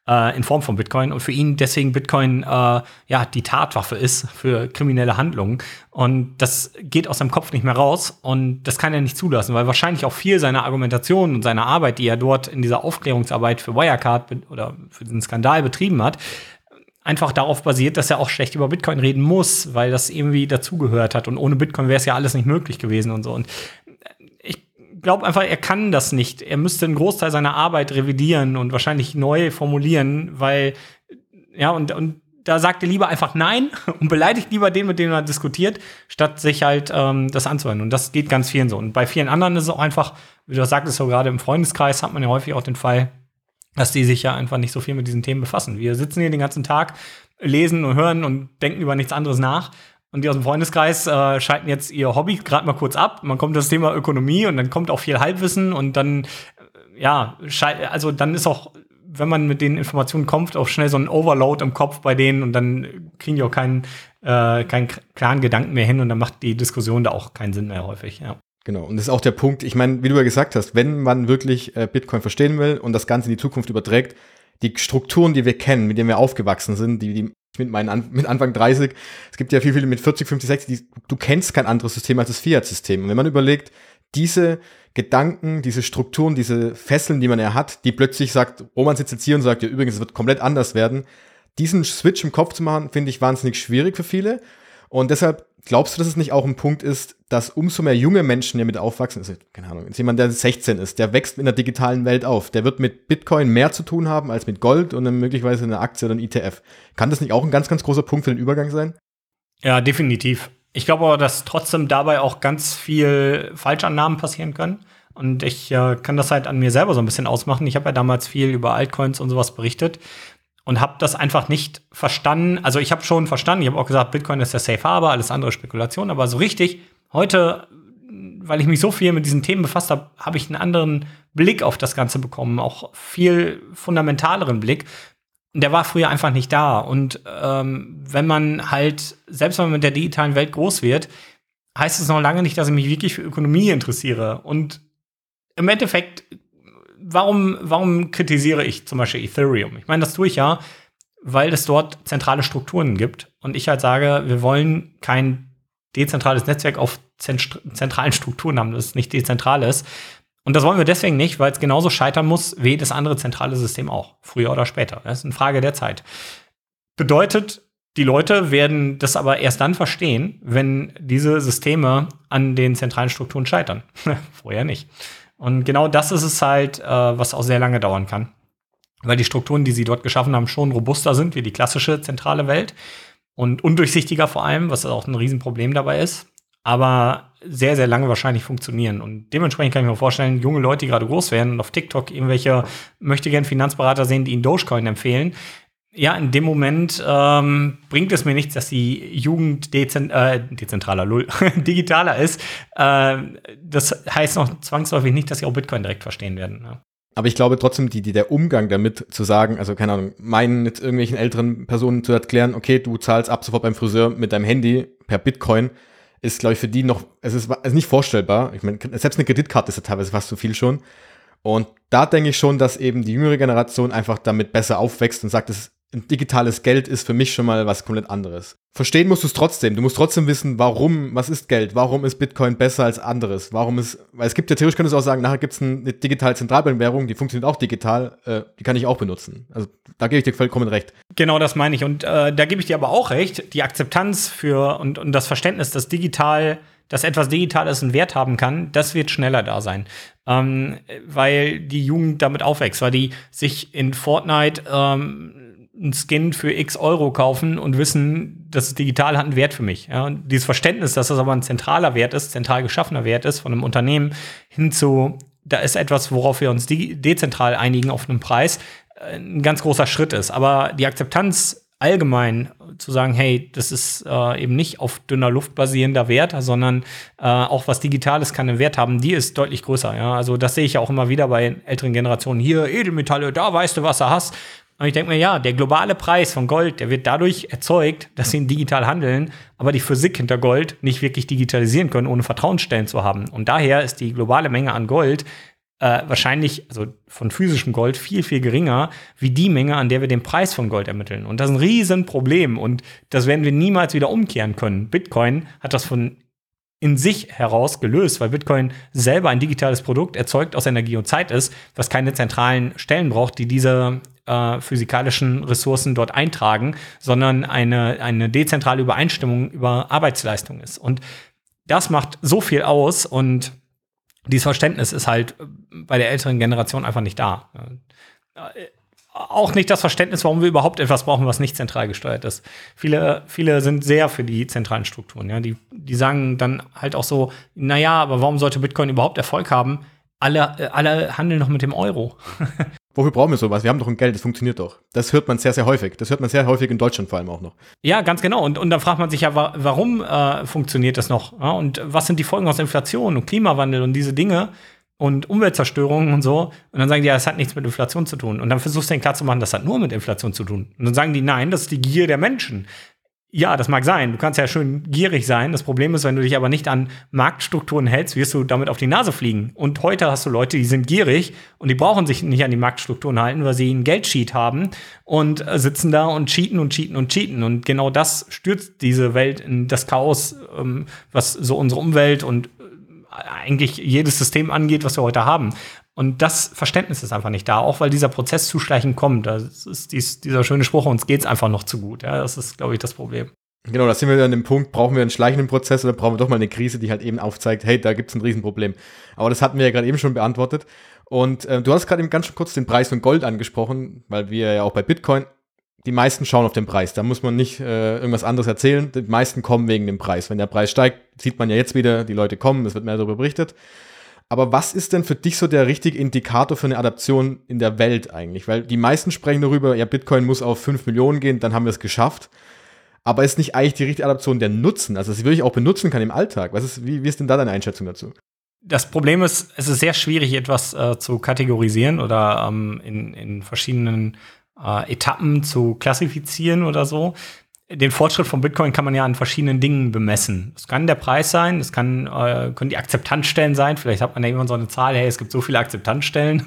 in Form von Bitcoin und für ihn deswegen Bitcoin die Tatwaffe ist für kriminelle Handlungen. Und das geht aus seinem Kopf nicht mehr raus und das kann er nicht zulassen, weil wahrscheinlich auch viel seiner Argumentation und seiner Arbeit, die er dort in dieser Aufklärungsarbeit für Wirecard oder für diesen Skandal betrieben hat, einfach darauf basiert, dass er auch schlecht über Bitcoin reden muss, weil das irgendwie dazugehört hat. Und ohne Bitcoin wäre es ja alles nicht möglich gewesen und so. Und ich glaube einfach, er kann das nicht. Er müsste einen Großteil seiner Arbeit revidieren und wahrscheinlich neu formulieren, weil, und da sagt er lieber einfach Nein und beleidigt lieber den, mit dem er diskutiert, statt sich halt das anzuhören. Und das geht ganz vielen so. Und bei vielen anderen ist es auch einfach, wie du das sagtest, so gerade im Freundeskreis hat man ja häufig auch den Fall, dass die sich ja einfach nicht so viel mit diesen Themen befassen. Wir sitzen hier den ganzen Tag, lesen und hören und denken über nichts anderes nach. Und die aus dem Freundeskreis schalten jetzt ihr Hobby gerade mal kurz ab. Man kommt das Thema Ökonomie und dann kommt auch viel Halbwissen und dann, dann ist auch, wenn man mit den Informationen kommt, auch schnell so ein Overload im Kopf bei denen und dann kriegen die auch keinen klaren Gedanken mehr hin und dann macht die Diskussion da auch keinen Sinn mehr häufig, ja. Genau, und das ist auch der Punkt, ich meine, wie du ja gesagt hast, wenn man wirklich Bitcoin verstehen will und das Ganze in die Zukunft überträgt, die Strukturen, die wir kennen, mit denen wir aufgewachsen sind, die mit Anfang 30, es gibt ja viele mit 40, 50, 60, du kennst kein anderes System als das Fiat-System. Und wenn man überlegt, diese Gedanken, diese Strukturen, diese Fesseln, die man ja hat, die plötzlich sagt, Roman sitzt jetzt hier und sagt, ja übrigens, es wird komplett anders werden, diesen Switch im Kopf zu machen, finde ich wahnsinnig schwierig für viele. Und deshalb glaubst du, dass es nicht auch ein Punkt ist, dass umso mehr junge Menschen ja mit aufwachsen, also, keine Ahnung, jetzt jemand, der 16 ist, der wächst in der digitalen Welt auf, der wird mit Bitcoin mehr zu tun haben als mit Gold und dann möglicherweise eine Aktie oder ein ETF. Kann das nicht auch ein ganz, ganz großer Punkt für den Übergang sein? Ja, definitiv. Ich glaube aber, dass trotzdem dabei auch ganz viel Falschannahmen passieren können. Und ich kann das halt an mir selber so ein bisschen ausmachen. Ich habe ja damals viel über Altcoins und sowas berichtet und habe das einfach nicht verstanden. Also ich habe schon verstanden, ich habe auch gesagt, Bitcoin ist der Safe Harbor, alles andere Spekulation. Aber so richtig, heute, weil ich mich so viel mit diesen Themen befasst habe, habe ich einen anderen Blick auf das Ganze bekommen, auch viel fundamentaleren Blick. Und der war früher einfach nicht da. Und wenn man halt, selbst wenn man mit der digitalen Welt groß wird, heißt es noch lange nicht, dass ich mich wirklich für Ökonomie interessiere. Und im Endeffekt, warum kritisiere ich zum Beispiel Ethereum? Ich meine, das tue ich ja, weil es dort zentrale Strukturen gibt. Und ich halt sage, wir wollen kein dezentrales Netzwerk auf zentralen Strukturen haben, das nicht dezentral ist. Und das wollen wir deswegen nicht, weil es genauso scheitern muss wie das andere zentrale System auch, früher oder später. Das ist eine Frage der Zeit. Bedeutet, die Leute werden das aber erst dann verstehen, wenn diese Systeme an den zentralen Strukturen scheitern. Vorher nicht. Und genau das ist es halt, was auch sehr lange dauern kann. Weil die Strukturen, die sie dort geschaffen haben, schon robuster sind wie die klassische zentrale Welt. Und undurchsichtiger vor allem, was auch ein Riesenproblem dabei ist. Aber sehr, sehr lange wahrscheinlich funktionieren. Und dementsprechend kann ich mir vorstellen, junge Leute, die gerade groß werden und auf TikTok irgendwelche möchtegern Finanzberater sehen, die ihnen Dogecoin empfehlen. Ja, in dem Moment bringt es mir nichts, dass die Jugend digitaler ist. Das heißt noch zwangsläufig nicht, dass sie auch Bitcoin direkt verstehen werden. Ja. Aber ich glaube trotzdem, der Umgang damit zu sagen, also keine Ahnung, meinen jetzt irgendwelchen älteren Personen zu erklären, okay, du zahlst ab sofort beim Friseur mit deinem Handy per Bitcoin, ist, glaube ich, für die noch, es ist nicht vorstellbar. Ich meine, selbst eine Kreditkarte ist ja teilweise fast zu viel schon. Und da denke ich schon, dass eben die jüngere Generation einfach damit besser aufwächst und sagt, digitales Geld ist für mich schon mal was komplett anderes. Verstehen musst du es trotzdem. Du musst trotzdem wissen, was ist Geld? Warum ist Bitcoin besser als anderes? weil es gibt ja theoretisch, könntest du auch sagen, nachher gibt es eine digitale Zentralbankwährung, die funktioniert auch digital, die kann ich auch benutzen. Also da gebe ich dir vollkommen recht. Genau, das meine ich. Und da gebe ich dir aber auch recht, die Akzeptanz für und das Verständnis, dass etwas Digitales einen Wert haben kann, das wird schneller da sein. Weil die Jugend damit aufwächst, weil die sich in Fortnite einen Skin für x Euro kaufen und wissen, dass es digital hat einen Wert für mich. Ja? Und dieses Verständnis, dass das aber ein zentraler Wert ist, zentral geschaffener Wert ist von einem Unternehmen hinzu, da ist etwas, worauf wir uns dezentral einigen auf einen Preis, ein ganz großer Schritt ist. Aber die Akzeptanz allgemein zu sagen, hey, das ist eben nicht auf dünner Luft basierender Wert, sondern auch was Digitales kann einen Wert haben, die ist deutlich größer. Ja? Also das sehe ich ja auch immer wieder bei älteren Generationen. Hier, Edelmetalle, da weißt du, was du hast. Und ich denke mir, ja, der globale Preis von Gold, der wird dadurch erzeugt, dass sie ihn digital handeln, aber die Physik hinter Gold nicht wirklich digitalisieren können, ohne Vertrauensstellen zu haben. Und daher ist die globale Menge an Gold wahrscheinlich, also von physischem Gold, viel, viel geringer, wie die Menge, an der wir den Preis von Gold ermitteln. Und das ist ein Riesenproblem und das werden wir niemals wieder umkehren können. Bitcoin hat das von in sich heraus gelöst, weil Bitcoin selber ein digitales Produkt erzeugt aus Energie und Zeit ist, was keine zentralen Stellen braucht, die diese physikalischen Ressourcen dort eintragen, sondern eine dezentrale Übereinstimmung über Arbeitsleistung ist. Und das macht so viel aus und dieses Verständnis ist halt bei der älteren Generation einfach nicht da. Auch nicht das Verständnis, warum wir überhaupt etwas brauchen, was nicht zentral gesteuert ist. Viele sind sehr für die zentralen Strukturen. Ja? Die sagen dann halt auch so, naja, aber warum sollte Bitcoin überhaupt Erfolg haben? Alle handeln noch mit dem Euro. Wofür brauchen wir sowas? Wir haben doch ein Geld, das funktioniert doch. Das hört man sehr, sehr häufig. Das hört man sehr häufig in Deutschland vor allem auch noch. Ja, ganz genau. Und dann fragt man sich ja, warum funktioniert das noch? Ja, und was sind die Folgen aus Inflation und Klimawandel und diese Dinge und Umweltzerstörung und so? Und dann sagen die, ja, das hat nichts mit Inflation zu tun. Und dann versuchst du denen klarzumachen, das hat nur mit Inflation zu tun. Und dann sagen die, nein, das ist die Gier der Menschen. Ja, das mag sein. Du kannst ja schön gierig sein. Das Problem ist, wenn du dich aber nicht an Marktstrukturen hältst, wirst du damit auf die Nase fliegen. Und heute hast du Leute, die sind gierig und die brauchen sich nicht an die Marktstrukturen halten, weil sie einen Geldsheet haben und sitzen da und cheaten und cheaten und cheaten. Und genau das stürzt diese Welt in das Chaos, was so unsere Umwelt und eigentlich jedes System angeht, was wir heute haben. Und das Verständnis ist einfach nicht da, auch weil dieser Prozess zu schleichend kommt. Das ist dieser schöne Spruch, uns geht's einfach noch zu gut. Ja, das ist, glaube ich, das Problem. Genau, da sind wir an dem Punkt, brauchen wir einen schleichenden Prozess oder brauchen wir doch mal eine Krise, die halt eben aufzeigt, hey, da gibt's ein Riesenproblem. Aber das hatten wir ja gerade eben schon beantwortet. Und du hast gerade eben ganz kurz den Preis von Gold angesprochen, weil wir ja auch bei Bitcoin, die meisten schauen auf den Preis. Da muss man nicht irgendwas anderes erzählen. Die meisten kommen wegen dem Preis. Wenn der Preis steigt, sieht man ja jetzt wieder, die Leute kommen, es wird mehr darüber berichtet. Aber was ist denn für dich so der richtige Indikator für eine Adaption in der Welt eigentlich? Weil die meisten sprechen darüber, ja, Bitcoin muss auf 5 Millionen gehen, dann haben wir es geschafft. Aber ist nicht eigentlich die richtige Adaption der Nutzen? Also, dass ich wirklich auch benutzen kann im Alltag. Wie ist denn da deine Einschätzung dazu? Das Problem ist, es ist sehr schwierig, etwas zu kategorisieren oder in verschiedenen Etappen zu klassifizieren oder so. Den Fortschritt von Bitcoin kann man ja an verschiedenen Dingen bemessen. Das kann der Preis sein, das können die Akzeptanzstellen sein. Vielleicht hat man ja immer so eine Zahl, hey, es gibt so viele Akzeptanzstellen.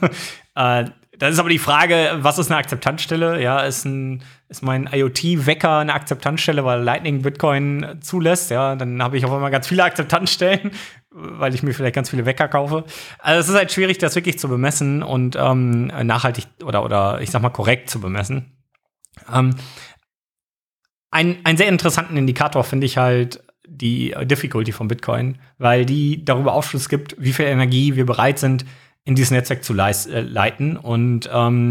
Das ist aber die Frage, was ist eine Akzeptanzstelle? Ja, ist mein IoT-Wecker eine Akzeptanzstelle, weil Lightning Bitcoin zulässt? Ja, dann habe ich auf einmal ganz viele Akzeptanzstellen, weil ich mir vielleicht ganz viele Wecker kaufe. Also es ist halt schwierig, das wirklich zu bemessen und nachhaltig oder ich sag mal korrekt zu bemessen. Einen sehr interessanten Indikator finde ich halt die Difficulty von Bitcoin, weil die darüber Aufschluss gibt, wie viel Energie wir bereit sind, in dieses Netzwerk zu leiten. Und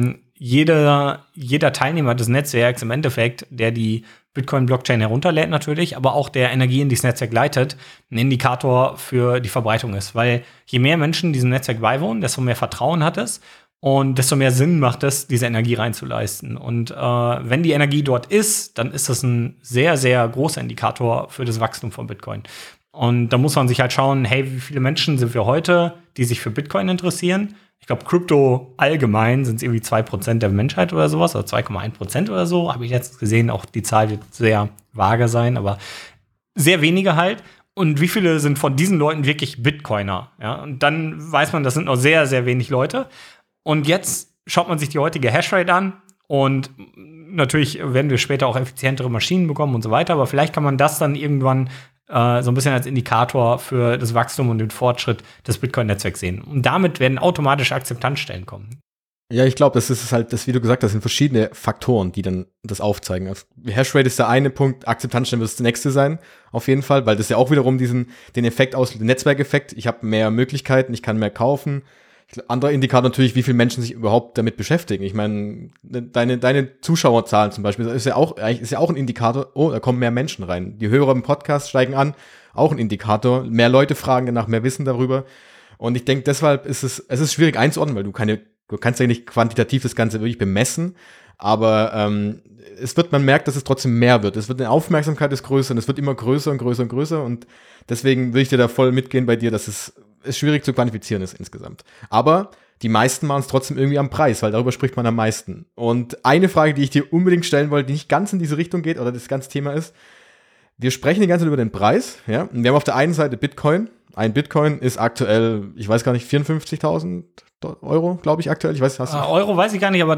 jeder Teilnehmer des Netzwerks im Endeffekt, der die Bitcoin-Blockchain herunterlädt natürlich, aber auch der Energie in dieses Netzwerk leitet, ein Indikator für die Verbreitung ist. Weil je mehr Menschen diesem Netzwerk beiwohnen, desto mehr Vertrauen hat es. Und desto mehr Sinn macht es, diese Energie reinzuleisten. Und wenn die Energie dort ist, dann ist das ein sehr, sehr großer Indikator für das Wachstum von Bitcoin. Und da muss man sich halt schauen, hey, wie viele Menschen sind wir heute, die sich für Bitcoin interessieren? Ich glaube, Krypto allgemein sind es irgendwie 2% der Menschheit oder sowas, oder 2,1% oder so. Habe ich jetzt gesehen, auch die Zahl wird sehr vage sein, aber sehr wenige halt. Und wie viele sind von diesen Leuten wirklich Bitcoiner? Ja? Und dann weiß man, das sind noch sehr, sehr wenig Leute. Und jetzt schaut man sich die heutige Hashrate an und natürlich werden wir später auch effizientere Maschinen bekommen und so weiter, aber vielleicht kann man das dann irgendwann so ein bisschen als Indikator für das Wachstum und den Fortschritt des Bitcoin-Netzwerks sehen. Und damit werden automatisch Akzeptanzstellen kommen. Ja, ich glaube, das ist halt, wie du gesagt hast, sind verschiedene Faktoren, die dann das aufzeigen. Hashrate ist der eine Punkt, Akzeptanzstellen wird das nächste sein, auf jeden Fall, weil das ja auch wiederum den Effekt auslöst, den Netzwerkeffekt. Ich habe mehr Möglichkeiten, ich kann mehr kaufen. Anderer Indikator natürlich, wie viele Menschen sich überhaupt damit beschäftigen. Ich meine, deine Zuschauerzahlen zum Beispiel ist ja auch ein Indikator, oh, da kommen mehr Menschen rein. Die Hörer im Podcast steigen an, auch ein Indikator. Mehr Leute fragen danach, mehr Wissen darüber. Und ich denke, deshalb ist es ist schwierig einzuordnen, weil du kannst ja nicht quantitativ das Ganze wirklich bemessen, aber man merkt, dass es trotzdem mehr wird. Die Aufmerksamkeit ist größer und es wird immer größer und größer und größer und deswegen würde ich dir da voll mitgehen bei dir, dass es schwierig zu quantifizieren ist insgesamt. Aber die meisten machen es trotzdem irgendwie am Preis, weil darüber spricht man am meisten. Und eine Frage, die ich dir unbedingt stellen wollte, die nicht ganz in diese Richtung geht oder das ganze Thema ist, wir sprechen die ganze Zeit über den Preis, ja, und wir haben auf der einen Seite Bitcoin Ein Bitcoin ist aktuell, ich weiß gar nicht, 54.000 Euro, glaube ich, aktuell. Ich weiß, Euro weiß ich gar nicht, aber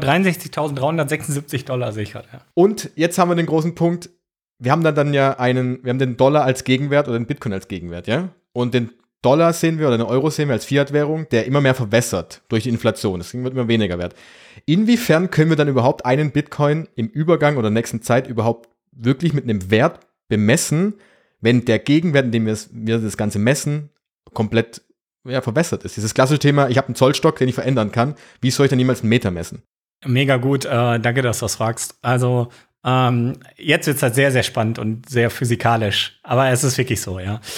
$63.376 sehe ich gerade. Ja. Und jetzt haben wir den großen Punkt, wir haben den Dollar als Gegenwert oder den Bitcoin als Gegenwert, ja? Und den Dollar sehen wir oder den Euro sehen wir als Fiat-Währung, der immer mehr verwässert durch die Inflation. Deswegen wird immer weniger wert. Inwiefern können wir dann überhaupt einen Bitcoin im Übergang oder nächsten Zeit überhaupt wirklich mit einem Wert bemessen, wenn der Gegenwert, in dem wir das Ganze messen, komplett verwässert ist? Dieses klassische Thema, ich habe einen Zollstock, den ich verändern kann. Wie soll ich dann niemals einen Meter messen? Mega gut, danke, dass du das fragst. Also jetzt wird es halt sehr, sehr spannend und sehr physikalisch. Aber es ist wirklich so, ja.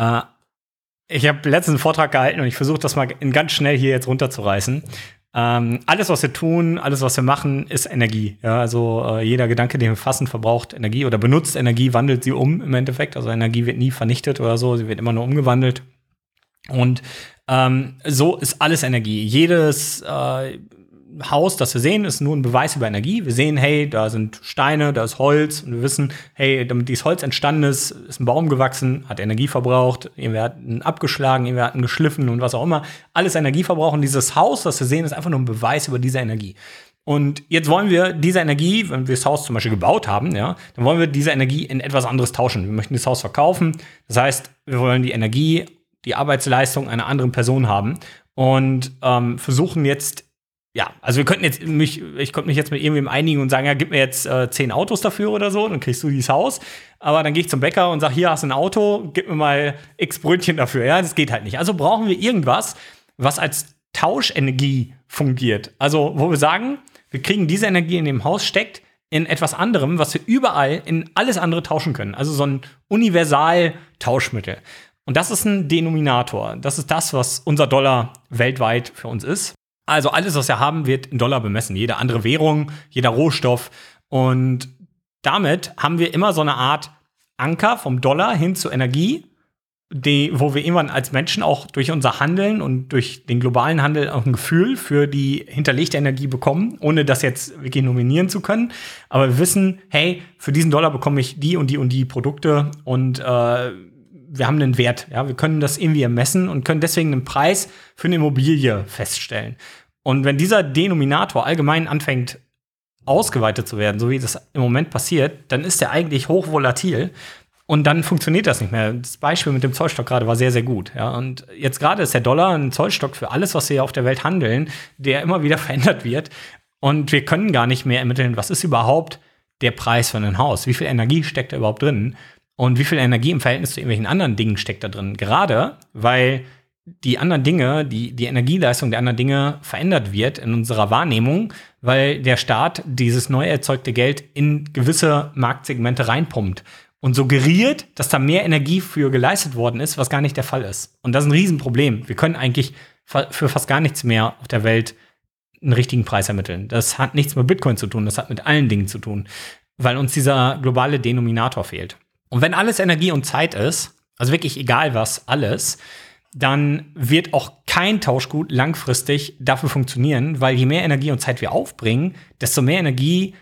Ich habe letztens einen Vortrag gehalten und ich versuche das mal ganz schnell hier jetzt runterzureißen. Alles, was wir tun, alles, was wir machen, ist Energie. Ja, also jeder Gedanke, den wir fassen, verbraucht Energie oder benutzt Energie, wandelt sie um im Endeffekt. Also Energie wird nie vernichtet oder so, sie wird immer nur umgewandelt. Und so ist alles Energie. Jedes Haus, das wir sehen, ist nur ein Beweis über Energie. Wir sehen, hey, da sind Steine, da ist Holz. Und wir wissen, hey, damit dieses Holz entstanden ist, ist ein Baum gewachsen, hat Energie verbraucht. Irgendwer hat ihn abgeschlagen, irgendwer hat ihn geschliffen und was auch immer. Alles Energie verbrauchen. Dieses Haus, das wir sehen, ist einfach nur ein Beweis über diese Energie. Und jetzt wollen wir diese Energie, wenn wir das Haus zum Beispiel gebaut haben, ja, dann wollen wir diese Energie in etwas anderes tauschen. Wir möchten das Haus verkaufen. Das heißt, wir wollen die Energie, die Arbeitsleistung einer anderen Person haben und versuchen jetzt, ja, also ich könnte mich jetzt mit irgendwem einigen und sagen, ja, gib mir jetzt 10 Autos dafür oder so, dann kriegst du dieses Haus. Aber dann gehe ich zum Bäcker und sage, hier hast du ein Auto, gib mir mal x Brötchen dafür. Ja, das geht halt nicht. Also brauchen wir irgendwas, was als Tauschenergie fungiert. Also wo wir sagen, wir kriegen diese Energie in dem Haus, steckt in etwas anderem, was wir überall in alles andere tauschen können. Also so ein Universal-Tauschmittel. Und das ist ein Denominator. Das ist das, was unser Dollar weltweit für uns ist. Also alles, was wir haben, wird in Dollar bemessen. Jede andere Währung, jeder Rohstoff. Und damit haben wir immer so eine Art Anker vom Dollar hin zur Energie, wo wir irgendwann als Menschen auch durch unser Handeln und durch den globalen Handel auch ein Gefühl für die hinterlegte Energie bekommen, ohne das jetzt wirklich nominieren zu können. Aber wir wissen, hey, für diesen Dollar bekomme ich die und die und die Produkte und wir haben einen Wert. Ja? Wir können das irgendwie ermessen und können deswegen einen Preis für eine Immobilie feststellen. Und wenn dieser Denominator allgemein anfängt, ausgeweitet zu werden, so wie das im Moment passiert, dann ist der eigentlich hochvolatil und dann funktioniert das nicht mehr. Das Beispiel mit dem Zollstock gerade war sehr, sehr gut. Ja? Und jetzt gerade ist der Dollar ein Zollstock für alles, was wir auf der Welt handeln, der immer wieder verändert wird. Und wir können gar nicht mehr ermitteln, was ist überhaupt der Preis für ein Haus? Wie viel Energie steckt da überhaupt drin? Und wie viel Energie im Verhältnis zu irgendwelchen anderen Dingen steckt da drin? Gerade, weil die anderen Dinge, die Energieleistung der anderen Dinge verändert wird in unserer Wahrnehmung, weil der Staat dieses neu erzeugte Geld in gewisse Marktsegmente reinpumpt und suggeriert, dass da mehr Energie für geleistet worden ist, was gar nicht der Fall ist. Und das ist ein Riesenproblem. Wir können eigentlich für fast gar nichts mehr auf der Welt einen richtigen Preis ermitteln. Das hat nichts mit Bitcoin zu tun, das hat mit allen Dingen zu tun, weil uns dieser globale Denominator fehlt. Und wenn alles Energie und Zeit ist, also wirklich egal was, alles, dann wird auch kein Tauschgut langfristig dafür funktionieren, weil je mehr Energie und Zeit wir aufbringen, desto mehr Energie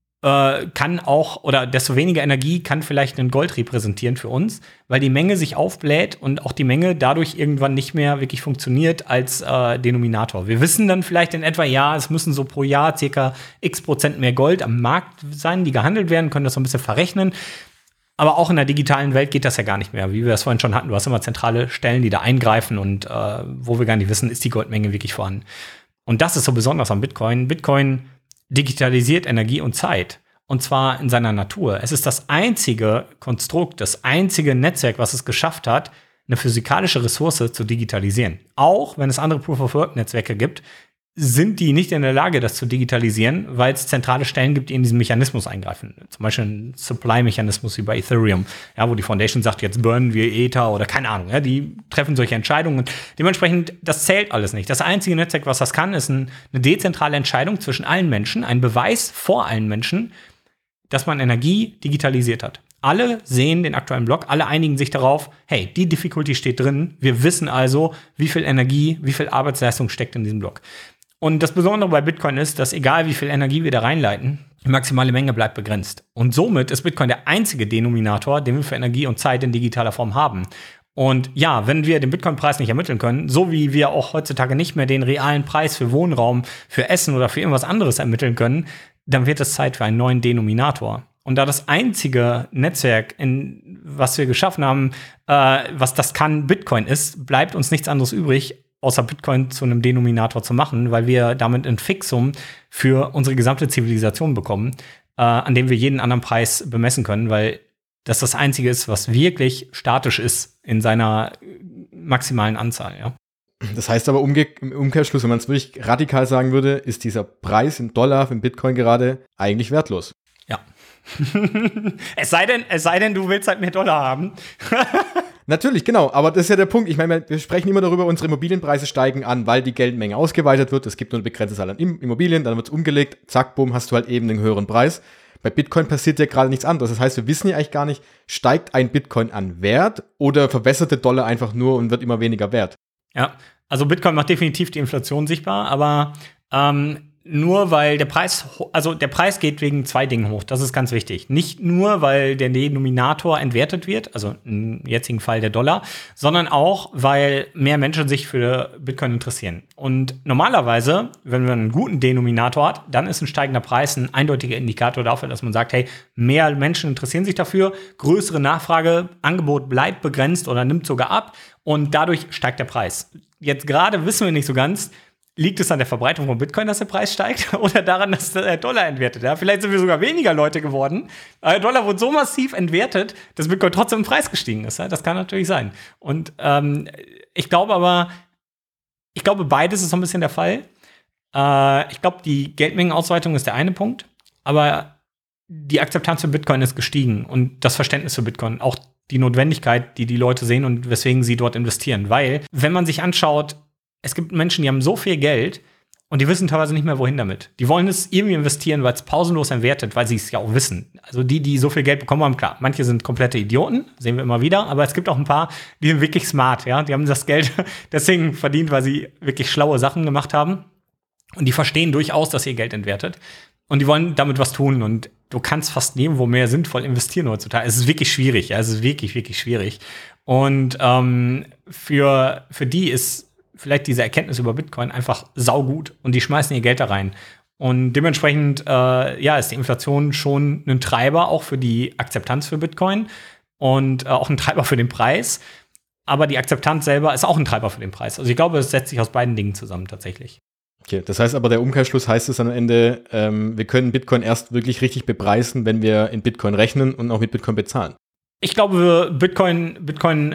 kann auch, oder desto weniger Energie kann vielleicht ein Gold repräsentieren für uns, weil die Menge sich aufbläht und auch die Menge dadurch irgendwann nicht mehr wirklich funktioniert als Denominator. Wir wissen dann vielleicht in etwa, ja, es müssen so pro Jahr circa x% mehr Gold am Markt sein, die gehandelt werden, können das so ein bisschen verrechnen. Aber auch in der digitalen Welt geht das ja gar nicht mehr, wie wir es vorhin schon hatten. Du hast immer zentrale Stellen, die da eingreifen und wo wir gar nicht wissen, ist die Goldmenge wirklich vorhanden. Und das ist so besonders am Bitcoin. Bitcoin digitalisiert Energie und Zeit. Und zwar in seiner Natur. Es ist das einzige Konstrukt, das einzige Netzwerk, was es geschafft hat, eine physikalische Ressource zu digitalisieren. Auch wenn es andere Proof-of-Work-Netzwerke gibt, sind die nicht in der Lage, das zu digitalisieren, weil es zentrale Stellen gibt, die in diesen Mechanismus eingreifen. Zum Beispiel ein Supply-Mechanismus wie bei Ethereum, ja, wo die Foundation sagt, jetzt burnen wir Ether oder keine Ahnung. Ja, die treffen solche Entscheidungen. Und dementsprechend, das zählt alles nicht. Das einzige Netzwerk, was das kann, ist eine dezentrale Entscheidung zwischen allen Menschen, ein Beweis vor allen Menschen, dass man Energie digitalisiert hat. Alle sehen den aktuellen Block, alle einigen sich darauf, hey, die Difficulty steht drin. Wir wissen also, wie viel Energie, wie viel Arbeitsleistung steckt in diesem Block. Und das Besondere bei Bitcoin ist, dass egal wie viel Energie wir da reinleiten, die maximale Menge bleibt begrenzt. Und somit ist Bitcoin der einzige Denominator, den wir für Energie und Zeit in digitaler Form haben. Und ja, wenn wir den Bitcoin-Preis nicht ermitteln können, so wie wir auch heutzutage nicht mehr den realen Preis für Wohnraum, für Essen oder für irgendwas anderes ermitteln können, dann wird es Zeit für einen neuen Denominator. Und da das einzige Netzwerk, was wir geschaffen haben, was das kann, Bitcoin ist, bleibt uns nichts anderes übrig, außer Bitcoin zu einem Denominator zu machen, weil wir damit ein Fixum für unsere gesamte Zivilisation bekommen, an dem wir jeden anderen Preis bemessen können, weil das Einzige ist, was wirklich statisch ist in seiner maximalen Anzahl, ja. Das heißt aber im Umkehrschluss, wenn man es wirklich radikal sagen würde, ist dieser Preis in Dollar für Bitcoin gerade eigentlich wertlos. Ja. es sei denn, du willst halt mehr Dollar haben. Natürlich, genau, aber das ist ja der Punkt. Ich meine, wir sprechen immer darüber, unsere Immobilienpreise steigen an, weil die Geldmenge ausgeweitet wird. Es gibt nur eine begrenzte Zahl an Immobilien, dann wird es umgelegt, zack, bumm, hast du halt eben einen höheren Preis. Bei Bitcoin passiert ja gerade nichts anderes. Das heißt, wir wissen ja eigentlich gar nicht, steigt ein Bitcoin an Wert oder verwässert der Dollar einfach nur und wird immer weniger wert? Ja, also Bitcoin macht definitiv die Inflation sichtbar, aber nur weil der Preis geht wegen zwei Dingen hoch. Das ist ganz wichtig. Nicht nur, weil der Denominator entwertet wird, also im jetzigen Fall der Dollar, sondern auch, weil mehr Menschen sich für Bitcoin interessieren. Und normalerweise, wenn man einen guten Denominator hat, dann ist ein steigender Preis ein eindeutiger Indikator dafür, dass man sagt, hey, mehr Menschen interessieren sich dafür, größere Nachfrage, Angebot bleibt begrenzt oder nimmt sogar ab und dadurch steigt der Preis. Jetzt gerade wissen wir nicht so ganz, liegt es an der Verbreitung von Bitcoin, dass der Preis steigt oder daran, dass der Dollar entwertet? Ja? Vielleicht sind wir sogar weniger Leute geworden. Der Dollar wurde so massiv entwertet, dass Bitcoin trotzdem im Preis gestiegen ist. Ja? Das kann natürlich sein. Und ich glaube, beides ist so ein bisschen der Fall. Ich glaube, die Geldmengenausweitung ist der eine Punkt, aber die Akzeptanz für Bitcoin ist gestiegen und das Verständnis für Bitcoin, auch die Notwendigkeit, die Leute sehen und weswegen sie dort investieren. Weil, wenn man sich anschaut, es gibt Menschen, die haben so viel Geld und die wissen teilweise nicht mehr, wohin damit. Die wollen es irgendwie investieren, weil es pausenlos entwertet, weil sie es ja auch wissen. Also die so viel Geld bekommen haben, klar, manche sind komplette Idioten, sehen wir immer wieder, aber es gibt auch ein paar, die sind wirklich smart, ja. Die haben das Geld deswegen verdient, weil sie wirklich schlaue Sachen gemacht haben. Und die verstehen durchaus, dass ihr Geld entwertet. Und die wollen damit was tun. Und du kannst fast nirgendwo mehr sinnvoll investieren heutzutage. Es ist wirklich schwierig, ja. Es ist wirklich, wirklich schwierig. Und für die ist vielleicht diese Erkenntnis über Bitcoin einfach saugut und die schmeißen ihr Geld da rein. Und dementsprechend ist die Inflation schon ein Treiber auch für die Akzeptanz für Bitcoin und auch ein Treiber für den Preis. Aber die Akzeptanz selber ist auch ein Treiber für den Preis. Also ich glaube, es setzt sich aus beiden Dingen zusammen tatsächlich. Okay, das heißt aber, der Umkehrschluss heißt es am Ende, wir können Bitcoin erst wirklich richtig bepreisen, wenn wir in Bitcoin rechnen und auch mit Bitcoin bezahlen. Ich glaube, Bitcoin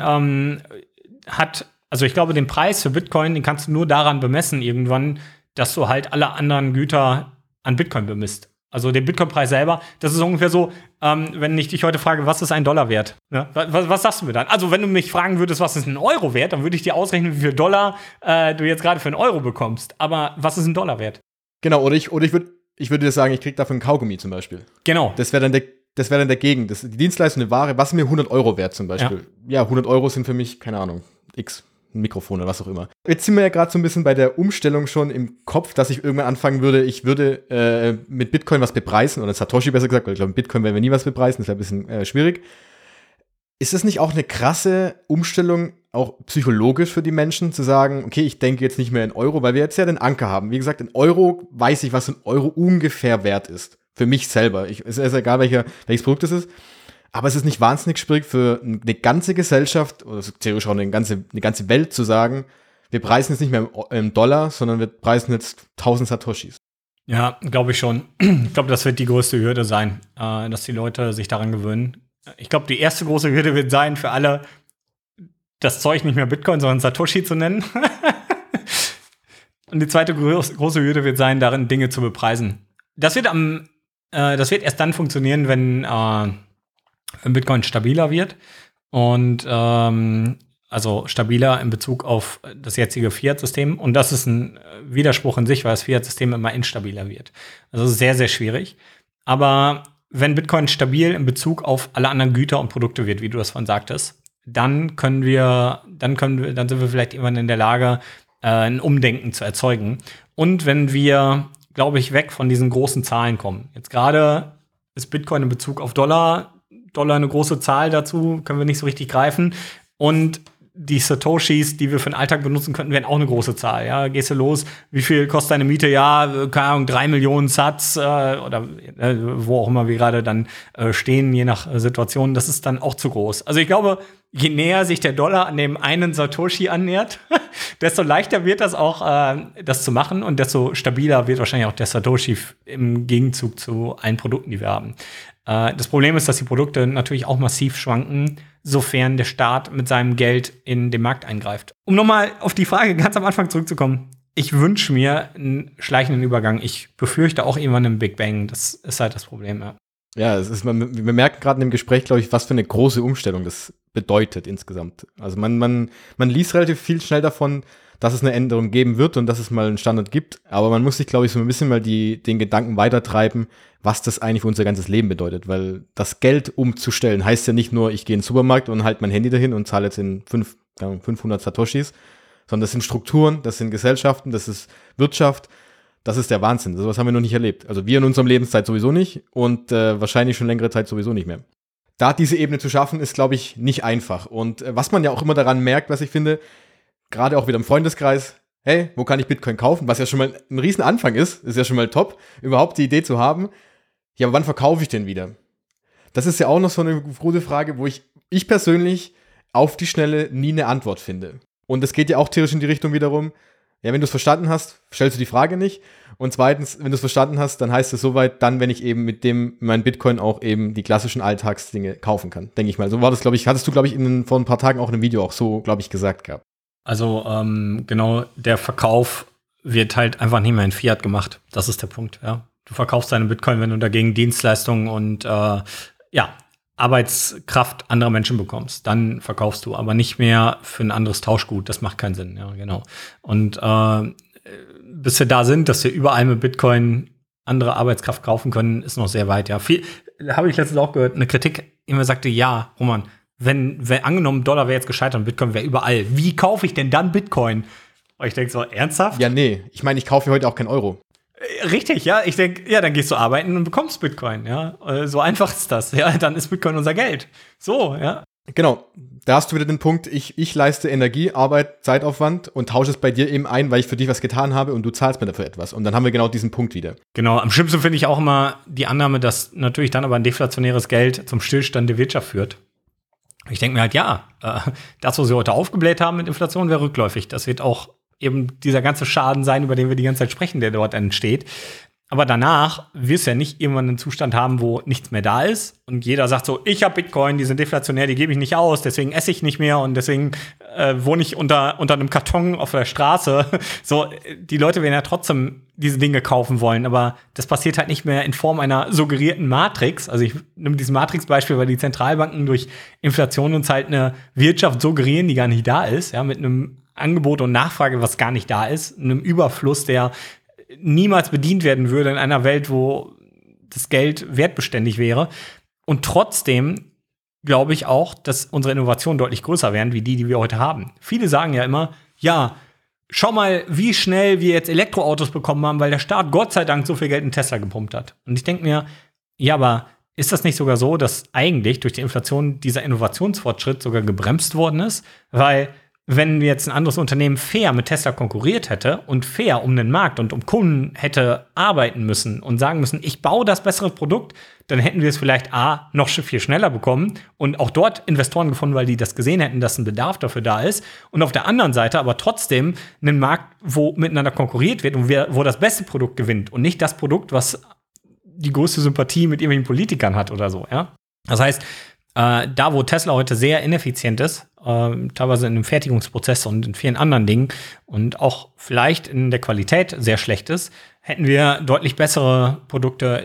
hat Also ich glaube, den Preis für Bitcoin, den kannst du nur daran bemessen irgendwann, dass du halt alle anderen Güter an Bitcoin bemisst. Also den Bitcoin-Preis selber, das ist ungefähr so, wenn ich dich heute frage, was ist ein Dollar wert? Ja, was sagst du mir dann? Also wenn du mich fragen würdest, was ist ein Euro wert, dann würde ich dir ausrechnen, wie viel Dollar du jetzt gerade für einen Euro bekommst. Aber was ist ein Dollar wert? Genau, oder ich würde dir sagen, ich krieg dafür einen Kaugummi zum Beispiel. Genau. Das wäre dann dagegen. Die Dienstleistung, eine Ware, was ist mir 100 Euro wert zum Beispiel? Ja, 100 Euro sind für mich, keine Ahnung, X. Ein Mikrofon oder was auch immer. Jetzt sind wir ja gerade so ein bisschen bei der Umstellung schon im Kopf, dass ich irgendwann anfangen würde, ich würde mit Bitcoin was bepreisen, oder Satoshi besser gesagt, weil ich glaube, mit Bitcoin werden wir nie was bepreisen, das wäre ein bisschen schwierig. Ist das nicht auch eine krasse Umstellung, auch psychologisch für die Menschen, zu sagen, okay, ich denke jetzt nicht mehr in Euro, weil wir jetzt ja den Anker haben. Wie gesagt, in Euro weiß ich, was ein Euro ungefähr wert ist. Für mich selber. Es ist egal, welches Produkt es ist. Aber es ist nicht wahnsinnig schwierig für eine ganze Gesellschaft oder theoretisch auch eine ganze Welt zu sagen, wir preisen jetzt nicht mehr im Dollar, sondern wir preisen jetzt 1000 Satoshis. Ja, glaube ich schon. Ich glaube, das wird die größte Hürde sein, dass die Leute sich daran gewöhnen. Ich glaube, die erste große Hürde wird sein, für alle das Zeug nicht mehr Bitcoin, sondern Satoshi zu nennen. Und die zweite große Hürde wird sein, darin Dinge zu bepreisen. Das wird erst dann funktionieren, wenn Bitcoin stabiler wird und also stabiler in Bezug auf das jetzige Fiat-System. Und das ist ein Widerspruch in sich, weil das Fiat-System immer instabiler wird. Also sehr, sehr schwierig. Aber wenn Bitcoin stabil in Bezug auf alle anderen Güter und Produkte wird, wie du das vorhin sagtest, dann sind wir vielleicht irgendwann in der Lage, ein Umdenken zu erzeugen. Und wenn wir, glaube ich, weg von diesen großen Zahlen kommen. Jetzt gerade ist Bitcoin in Bezug auf Dollar eine große Zahl dazu, können wir nicht so richtig greifen. Und die Satoshis, die wir für den Alltag benutzen könnten, wären auch eine große Zahl. Ja, gehst du los, wie viel kostet deine Miete? Ja, keine Ahnung, 3 Millionen Satz oder wo auch immer wir gerade dann stehen, je nach Situation. Das ist dann auch zu groß. Also ich glaube, je näher sich der Dollar an dem einen Satoshi annähert, desto leichter wird das auch, das zu machen und desto stabiler wird wahrscheinlich auch der Satoshi im Gegenzug zu allen Produkten, die wir haben. Das Problem ist, dass die Produkte natürlich auch massiv schwanken, sofern der Staat mit seinem Geld in den Markt eingreift. Um nochmal auf die Frage ganz am Anfang zurückzukommen. Ich wünsche mir einen schleichenden Übergang. Ich befürchte auch irgendwann einen Big Bang. Das ist halt das Problem, ja. Ja, wir merken gerade in dem Gespräch, glaube ich, was für eine große Umstellung das bedeutet insgesamt. Also man liest relativ viel schnell davon, dass es eine Änderung geben wird und dass es mal einen Standard gibt. Aber man muss sich, glaube ich, so ein bisschen mal den Gedanken weitertreiben, was das eigentlich für unser ganzes Leben bedeutet. Weil das Geld umzustellen heißt ja nicht nur, ich gehe in den Supermarkt und halte mein Handy dahin und zahle jetzt in 500 Satoshis, sondern das sind Strukturen, das sind Gesellschaften, das ist Wirtschaft. Das ist der Wahnsinn. Sowas haben wir noch nicht erlebt. Also wir in unserem Lebenszeit sowieso nicht und wahrscheinlich schon längere Zeit sowieso nicht mehr. Da diese Ebene zu schaffen, ist, glaube ich, nicht einfach. Und was man ja auch immer daran merkt, was ich finde, gerade auch wieder im Freundeskreis, hey, wo kann ich Bitcoin kaufen? Was ja schon mal ein riesen Anfang ist ja schon mal top, überhaupt die Idee zu haben. Ja, aber wann verkaufe ich denn wieder? Das ist ja auch noch so eine gute Frage, wo ich persönlich auf die Schnelle nie eine Antwort finde. Und es geht ja auch theoretisch in die Richtung wiederum, ja, wenn du es verstanden hast, stellst du die Frage nicht. Und zweitens, wenn du es verstanden hast, dann heißt es soweit, dann, wenn ich eben mit meinem Bitcoin auch eben die klassischen Alltagsdinge kaufen kann, denke ich mal. So war das, glaube ich, hattest du, glaube ich, vor ein paar Tagen auch in einem Video auch so, glaube ich, gesagt gehabt. Also, genau, der Verkauf wird halt einfach nicht mehr in Fiat gemacht. Das ist der Punkt, ja. Du verkaufst deine Bitcoin, wenn du dagegen Dienstleistungen und, Arbeitskraft anderer Menschen bekommst, dann verkaufst du, aber nicht mehr für ein anderes Tauschgut. Das macht keinen Sinn, ja, genau. Und bis wir da sind, dass wir überall mit Bitcoin andere Arbeitskraft kaufen können, ist noch sehr weit, ja. Habe ich letztens auch gehört, eine Kritik, immer sagte, ja, Roman, wenn angenommen, Dollar wäre jetzt gescheitert und Bitcoin wäre überall, wie kaufe ich denn dann Bitcoin? Und ich denke so, ernsthaft? Ja, nee, ich meine, ich kaufe heute auch keinen Euro. Richtig, ja. Ich denke, ja, dann gehst du arbeiten und bekommst Bitcoin, ja. So einfach ist das, ja. Dann ist Bitcoin unser Geld. So, ja. Genau. Da hast du wieder den Punkt, ich leiste Energie, Arbeit, Zeitaufwand und tausche es bei dir eben ein, weil ich für dich was getan habe und du zahlst mir dafür etwas. Und dann haben wir genau diesen Punkt wieder. Genau. Am schlimmsten finde ich auch immer die Annahme, dass natürlich dann aber ein deflationäres Geld zum Stillstand der Wirtschaft führt. Ich denke mir halt, ja, das, was wir heute aufgebläht haben mit Inflation, wäre rückläufig. Das wird auch eben dieser ganze Schaden sein, über den wir die ganze Zeit sprechen, der dort entsteht. Aber danach wirst du ja nicht irgendwann einen Zustand haben, wo nichts mehr da ist und jeder sagt so, ich habe Bitcoin, die sind deflationär, die gebe ich nicht aus, deswegen esse ich nicht mehr und deswegen wohne ich unter einem Karton auf der Straße. So, die Leute werden ja trotzdem diese Dinge kaufen wollen, aber das passiert halt nicht mehr in Form einer suggerierten Matrix. Also ich nehme dieses Matrix-Beispiel, weil die Zentralbanken durch Inflation uns halt eine Wirtschaft suggerieren, die gar nicht da ist, ja, mit einem Angebot und Nachfrage, was gar nicht da ist, einem Überfluss, der niemals bedient werden würde in einer Welt, wo das Geld wertbeständig wäre. Und trotzdem glaube ich auch, dass unsere Innovationen deutlich größer wären, wie die wir heute haben. Viele sagen ja immer, ja, schau mal, wie schnell wir jetzt Elektroautos bekommen haben, weil der Staat Gott sei Dank so viel Geld in Tesla gepumpt hat. Und ich denke mir, ja, aber ist das nicht sogar so, dass eigentlich durch die Inflation dieser Innovationsfortschritt sogar gebremst worden ist? Weil wenn jetzt ein anderes Unternehmen fair mit Tesla konkurriert hätte und fair um den Markt und um Kunden hätte arbeiten müssen und sagen müssen, ich baue das bessere Produkt, dann hätten wir es vielleicht noch viel schneller bekommen und auch dort Investoren gefunden, weil die das gesehen hätten, dass ein Bedarf dafür da ist. Und auf der anderen Seite aber trotzdem einen Markt, wo miteinander konkurriert wird und wo das beste Produkt gewinnt und nicht das Produkt, was die größte Sympathie mit irgendwelchen Politikern hat oder so, ja. Das heißt, da, wo Tesla heute sehr ineffizient ist, teilweise in dem Fertigungsprozess und in vielen anderen Dingen und auch vielleicht in der Qualität sehr schlecht ist, hätten wir deutlich bessere Produkte,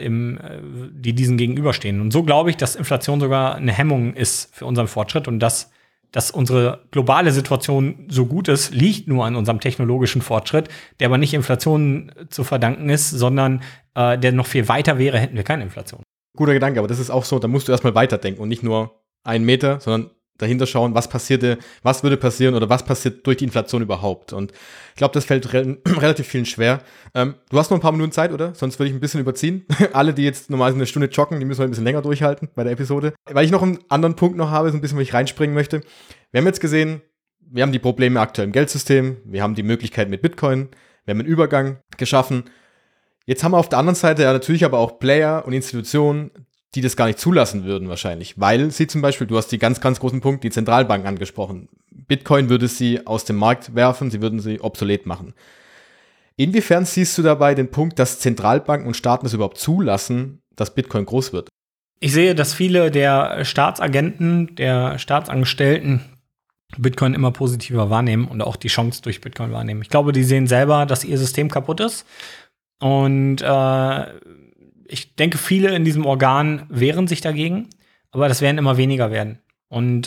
die diesen gegenüberstehen. Und so glaube ich, dass Inflation sogar eine Hemmung ist für unseren Fortschritt und dass unsere globale Situation so gut ist, liegt nur an unserem technologischen Fortschritt, der aber nicht Inflation zu verdanken ist, sondern der noch viel weiter wäre, hätten wir keine Inflation. Guter Gedanke, aber das ist auch so, da musst du erstmal weiterdenken und nicht nur 1 Meter, sondern dahinter schauen, was würde passieren oder was passiert durch die Inflation überhaupt. Und ich glaube, das fällt relativ vielen schwer. Du hast noch ein paar Minuten Zeit, oder? Sonst würde ich ein bisschen überziehen. Alle, die jetzt normalerweise eine Stunde joggen, die müssen wir ein bisschen länger durchhalten bei der Episode. Weil ich noch einen anderen Punkt noch habe, so ein bisschen, wo ich reinspringen möchte. Wir haben jetzt gesehen, wir haben die Probleme aktuell im Geldsystem, wir haben die Möglichkeit mit Bitcoin, wir haben einen Übergang geschaffen. Jetzt haben wir auf der anderen Seite ja natürlich aber auch Player und Institutionen, die das gar nicht zulassen würden wahrscheinlich, weil sie zum Beispiel, du hast die ganz, ganz großen Punkt, die Zentralbanken angesprochen. Bitcoin würde sie aus dem Markt werfen, sie würden sie obsolet machen. Inwiefern siehst du dabei den Punkt, dass Zentralbanken und Staaten das überhaupt zulassen, dass Bitcoin groß wird? Ich sehe, dass viele der Staatsagenten, der Staatsangestellten Bitcoin immer positiver wahrnehmen und auch die Chance durch Bitcoin wahrnehmen. Ich glaube, die sehen selber, dass ihr System kaputt ist. Und ich denke, viele in diesem Organ wehren sich dagegen, aber das werden immer weniger werden. Und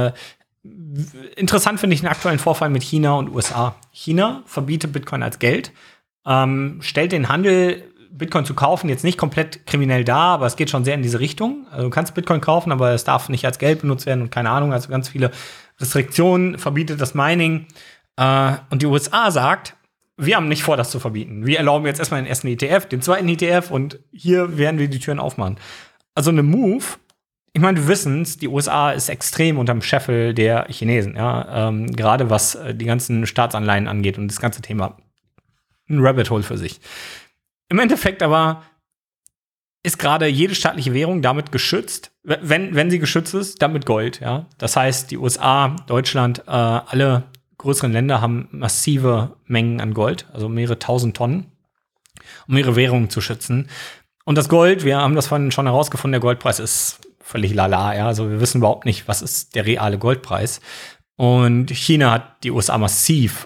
interessant finde ich den aktuellen Vorfall mit China und USA. China verbietet Bitcoin als Geld, stellt den Handel, Bitcoin zu kaufen, jetzt nicht komplett kriminell dar, aber es geht schon sehr in diese Richtung. Also du kannst Bitcoin kaufen, aber es darf nicht als Geld benutzt werden und keine Ahnung, also ganz viele Restriktionen, verbietet das Mining. Und die USA sagt, wir haben nicht vor, das zu verbieten. Wir erlauben jetzt erstmal den ersten ETF, den zweiten ETF und hier werden wir die Türen aufmachen. Also eine Move, ich meine, wir wissen es, die USA ist extrem unterm Scheffel der Chinesen, ja, gerade was die ganzen Staatsanleihen angeht und das ganze Thema. Ein Rabbit Hole für sich. Im Endeffekt aber ist gerade jede staatliche Währung damit geschützt, wenn sie geschützt ist, dann mit Gold, ja. Das heißt, die USA, Deutschland, alle größeren Länder haben massive Mengen an Gold, also mehrere tausend Tonnen, um ihre Währungen zu schützen. Und das Gold, wir haben das vorhin schon herausgefunden, der Goldpreis ist völlig lala, ja. Also wir wissen überhaupt nicht, was ist der reale Goldpreis. Und China hat die USA massiv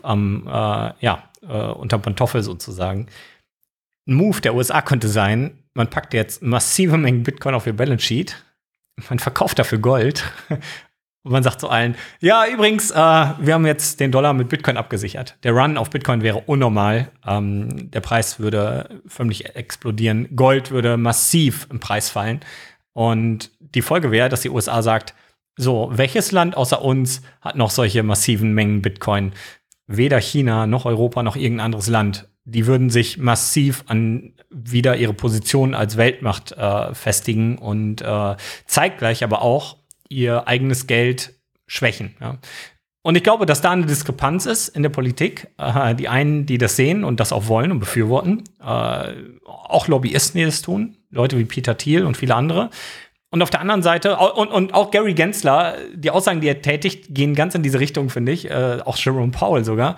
unterm Pantoffel sozusagen. Ein Move der USA könnte sein, man packt jetzt massive Mengen Bitcoin auf ihr Balance Sheet, man verkauft dafür Gold und man sagt zu allen, ja, übrigens, wir haben jetzt den Dollar mit Bitcoin abgesichert. Der Run auf Bitcoin wäre unnormal, der Preis würde förmlich explodieren, Gold würde massiv im Preis fallen und die Folge wäre, dass die USA sagt, so, welches Land außer uns hat noch solche massiven Mengen Bitcoin? Weder China noch Europa noch irgendein anderes Land. Die würden sich massiv an wieder ihre Position als Weltmacht festigen und zeitgleich aber auch ihr eigenes Geld schwächen. Ja. Und ich glaube, dass da eine Diskrepanz ist in der Politik. Die einen, die das sehen und das auch wollen und befürworten. Auch Lobbyisten, die das tun. Leute wie Peter Thiel und viele andere. Und auf der anderen Seite, und auch Gary Gensler, die Aussagen, die er tätigt, gehen ganz in diese Richtung, finde ich. Auch Jerome Powell sogar.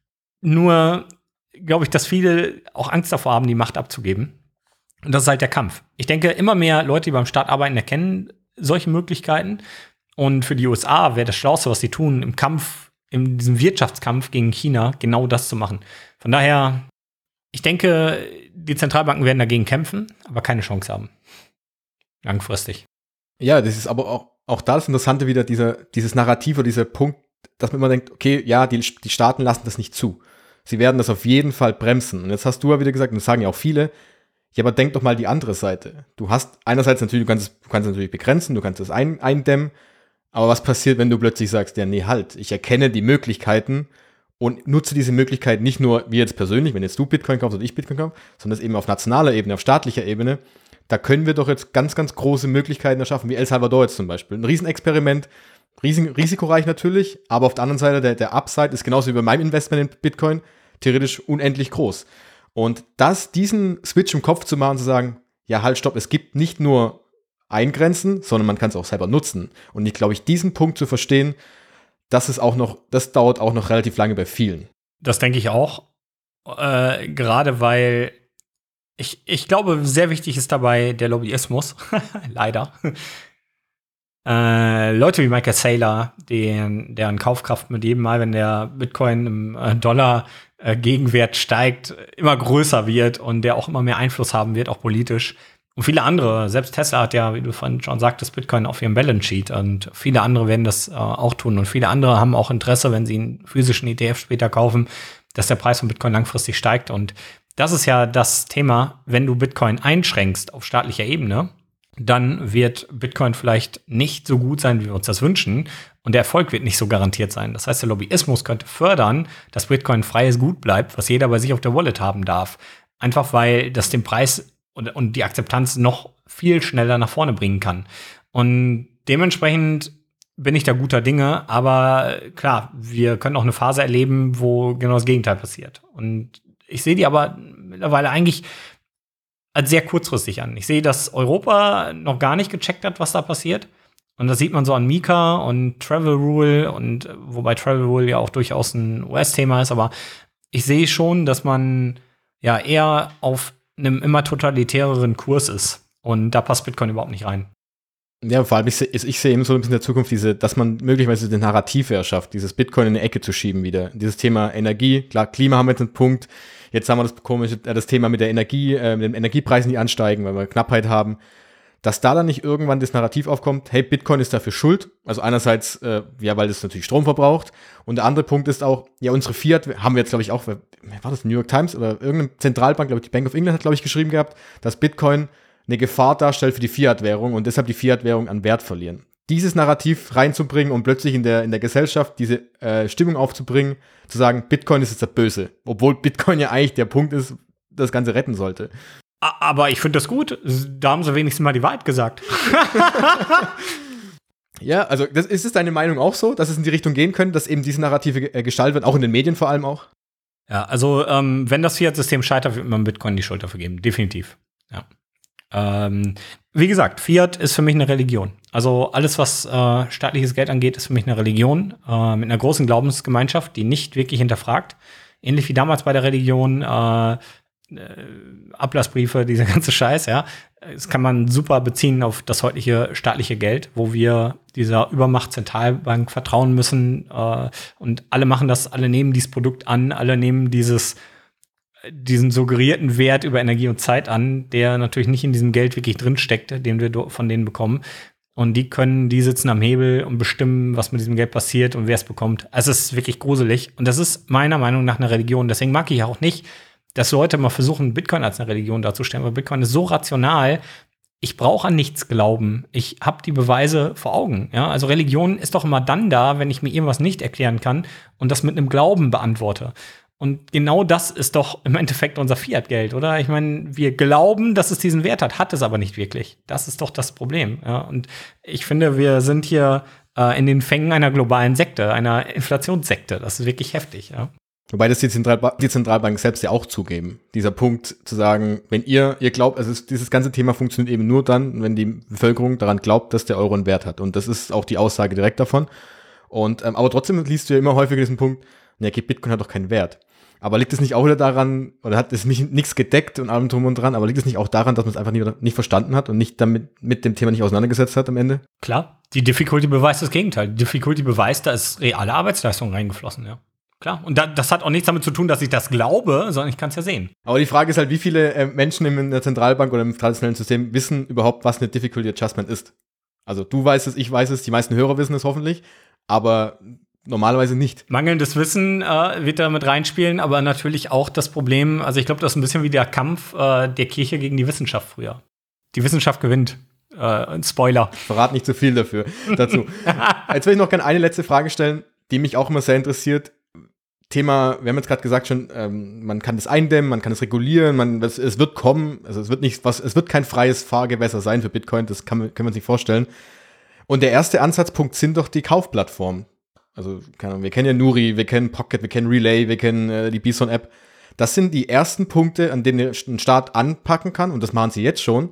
Nur glaube ich, dass viele auch Angst davor haben, die Macht abzugeben. Und das ist halt der Kampf. Ich denke, immer mehr Leute, die beim Staat arbeiten, erkennen solche Möglichkeiten. Und für die USA wäre das Schlauste, was sie tun, im Kampf, in diesem Wirtschaftskampf gegen China, genau das zu machen. Von daher, ich denke, die Zentralbanken werden dagegen kämpfen, aber keine Chance haben. Langfristig. Ja, das ist aber auch da das Interessante wieder, dieses Narrativ oder dieser Punkt, dass man immer denkt, okay, ja, die Staaten lassen das nicht zu. Sie werden das auf jeden Fall bremsen. Und jetzt hast du ja wieder gesagt, und das sagen ja auch viele, ja, aber denk doch mal die andere Seite. Du hast einerseits natürlich, du kannst es natürlich begrenzen, du kannst es eindämmen, aber was passiert, wenn du plötzlich sagst, ja, nee, halt, ich erkenne die Möglichkeiten und nutze diese Möglichkeit nicht nur wir jetzt persönlich, wenn jetzt du Bitcoin kaufst oder ich Bitcoin kaufe, sondern das eben auf nationaler Ebene, auf staatlicher Ebene. Da können wir doch jetzt ganz, ganz große Möglichkeiten erschaffen, wie El Salvador jetzt zum Beispiel. Ein Riesenexperiment, risikoreich natürlich, aber auf der anderen Seite der Upside ist genauso wie bei meinem Investment in Bitcoin theoretisch unendlich groß. Und diesen Switch im Kopf zu machen, zu sagen, ja, halt, stopp, es gibt nicht nur Eingrenzen, sondern man kann es auch selber nutzen. Und ich glaube, diesen Punkt zu verstehen, das dauert auch noch relativ lange bei vielen. Das denke ich auch. Gerade weil ich glaube, sehr wichtig ist dabei der Lobbyismus. Leider. Leute wie Michael Saylor, deren Kaufkraft mit jedem Mal, wenn der Bitcoin im Dollar Gegenwert steigt, immer größer wird und der auch immer mehr Einfluss haben wird, auch politisch. Und viele andere, selbst Tesla hat ja, wie du vorhin schon sagtest, Bitcoin auf ihrem Balance Sheet und viele andere werden das auch tun und viele andere haben auch Interesse, wenn sie einen physischen ETF später kaufen, dass der Preis von Bitcoin langfristig steigt und das ist ja das Thema, wenn du Bitcoin einschränkst auf staatlicher Ebene, dann wird Bitcoin vielleicht nicht so gut sein, wie wir uns das wünschen. Und der Erfolg wird nicht so garantiert sein. Das heißt, der Lobbyismus könnte fördern, dass Bitcoin ein freies Gut bleibt, was jeder bei sich auf der Wallet haben darf. Einfach weil das den Preis und die Akzeptanz noch viel schneller nach vorne bringen kann. Und dementsprechend bin ich da guter Dinge. Aber klar, wir können auch eine Phase erleben, wo genau das Gegenteil passiert. Und ich sehe die aber mittlerweile eigentlich als sehr kurzfristig an. Ich sehe, dass Europa noch gar nicht gecheckt hat, was da passiert. Und das sieht man so an Mika und Travel Rule und wobei Travel Rule ja auch durchaus ein US-Thema ist, aber ich sehe schon, dass man ja eher auf einem immer totalitäreren Kurs ist. Und da passt Bitcoin überhaupt nicht rein. Ja, vor allem, ich sehe eben so ein bisschen in der Zukunft dass man möglicherweise den Narrativ erschafft, dieses Bitcoin in eine Ecke zu schieben wieder. Dieses Thema Energie, klar, Klima haben wir jetzt einen Punkt. Jetzt haben wir das Thema mit der Energie, mit den Energiepreisen, die ansteigen, weil wir Knappheit haben. Dass da dann nicht irgendwann das Narrativ aufkommt, hey, Bitcoin ist dafür schuld. Also einerseits, weil das natürlich Strom verbraucht. Und der andere Punkt ist auch, ja, unsere Fiat haben wir jetzt, glaube ich, auch, war das New York Times oder irgendeine Zentralbank, glaube ich, die Bank of England hat, glaube ich, geschrieben gehabt, dass Bitcoin eine Gefahr darstellt für die Fiat-Währung und deshalb die Fiat-Währung an Wert verlieren. Dieses Narrativ reinzubringen und plötzlich in der Gesellschaft diese Stimmung aufzubringen, zu sagen, Bitcoin ist jetzt der Böse. Obwohl Bitcoin ja eigentlich der Punkt ist, das Ganze retten sollte. Aber ich finde das gut. Da haben sie wenigstens mal die Wahrheit gesagt. Ja, also ist es deine Meinung auch so, dass es in die Richtung gehen könnte, dass eben diese Narrative gestaltet werden, auch in den Medien vor allem auch? Ja, also wenn das Fiat-System scheitert, wird man Bitcoin die Schuld dafür geben. Definitiv. Ja. Wie gesagt, Fiat ist für mich eine Religion. Also alles, was staatliches Geld angeht, ist für mich eine Religion mit einer großen Glaubensgemeinschaft, die nicht wirklich hinterfragt. Ähnlich wie damals bei der Religion Ablassbriefe, dieser ganze Scheiß, ja. Das kann man super beziehen auf das heutige staatliche Geld, wo wir dieser Übermacht Zentralbank vertrauen müssen. Und alle machen das, alle nehmen dieses Produkt an, alle nehmen diesen suggerierten Wert über Energie und Zeit an, der natürlich nicht in diesem Geld wirklich drinsteckt, den wir von denen bekommen. Und die sitzen am Hebel und bestimmen, was mit diesem Geld passiert und wer es bekommt. Also es ist wirklich gruselig. Und das ist meiner Meinung nach eine Religion. Deswegen mag ich auch nicht, dass Leute mal versuchen, Bitcoin als eine Religion darzustellen, weil Bitcoin ist so rational, ich brauche an nichts glauben. Ich habe die Beweise vor Augen. Ja? Also Religion ist doch immer dann da, wenn ich mir irgendwas nicht erklären kann und das mit einem Glauben beantworte. Und genau das ist doch im Endeffekt unser Fiat-Geld, oder? Ich meine, wir glauben, dass es diesen Wert hat es aber nicht wirklich. Das ist doch das Problem. Ja? Und ich finde, wir sind hier in den Fängen einer globalen Sekte, einer Inflationssekte. Das ist wirklich heftig, ja. Wobei das die Zentralbanken selbst ja auch zugeben. Dieser Punkt zu sagen, wenn ihr glaubt, also dieses ganze Thema funktioniert eben nur dann, wenn die Bevölkerung daran glaubt, dass der Euro einen Wert hat. Und das ist auch die Aussage direkt davon. Und aber trotzdem liest du ja immer häufiger diesen Punkt, ja, Bitcoin hat doch keinen Wert. Aber liegt es nicht auch wieder daran, oder hat es nichts gedeckt und allem drum und dran, aber liegt es nicht auch daran, dass man es einfach nicht verstanden hat und nicht damit mit dem Thema nicht auseinandergesetzt hat am Ende? Klar, die Difficulty beweist das Gegenteil. Die Difficulty beweist, da ist reale Arbeitsleistung reingeflossen, ja. Klar, und das hat auch nichts damit zu tun, dass ich das glaube, sondern ich kann es ja sehen. Aber die Frage ist halt, wie viele Menschen in der Zentralbank oder im traditionellen System wissen überhaupt, was eine Difficulty Adjustment ist? Also du weißt es, ich weiß es, die meisten Hörer wissen es hoffentlich, aber normalerweise nicht. Mangelndes Wissen wird da mit reinspielen, aber natürlich auch das Problem, also ich glaube, das ist ein bisschen wie der Kampf der Kirche gegen die Wissenschaft früher. Die Wissenschaft gewinnt. Spoiler. Ich verrate nicht zu viel dazu. Jetzt will ich noch gerne eine letzte Frage stellen, die mich auch immer sehr interessiert. Thema, wir haben jetzt gerade gesagt schon, man kann das eindämmen, man kann es regulieren, es wird kommen, also es wird kein freies Fahrgewässer sein für Bitcoin, das können wir uns nicht vorstellen. Und der erste Ansatzpunkt sind doch die Kaufplattformen. Also, keine Ahnung, wir kennen ja Nuri, wir kennen Pocket, wir kennen Relay, wir kennen die Bison-App. Das sind die ersten Punkte, an denen ein Staat anpacken kann, und das machen sie jetzt schon.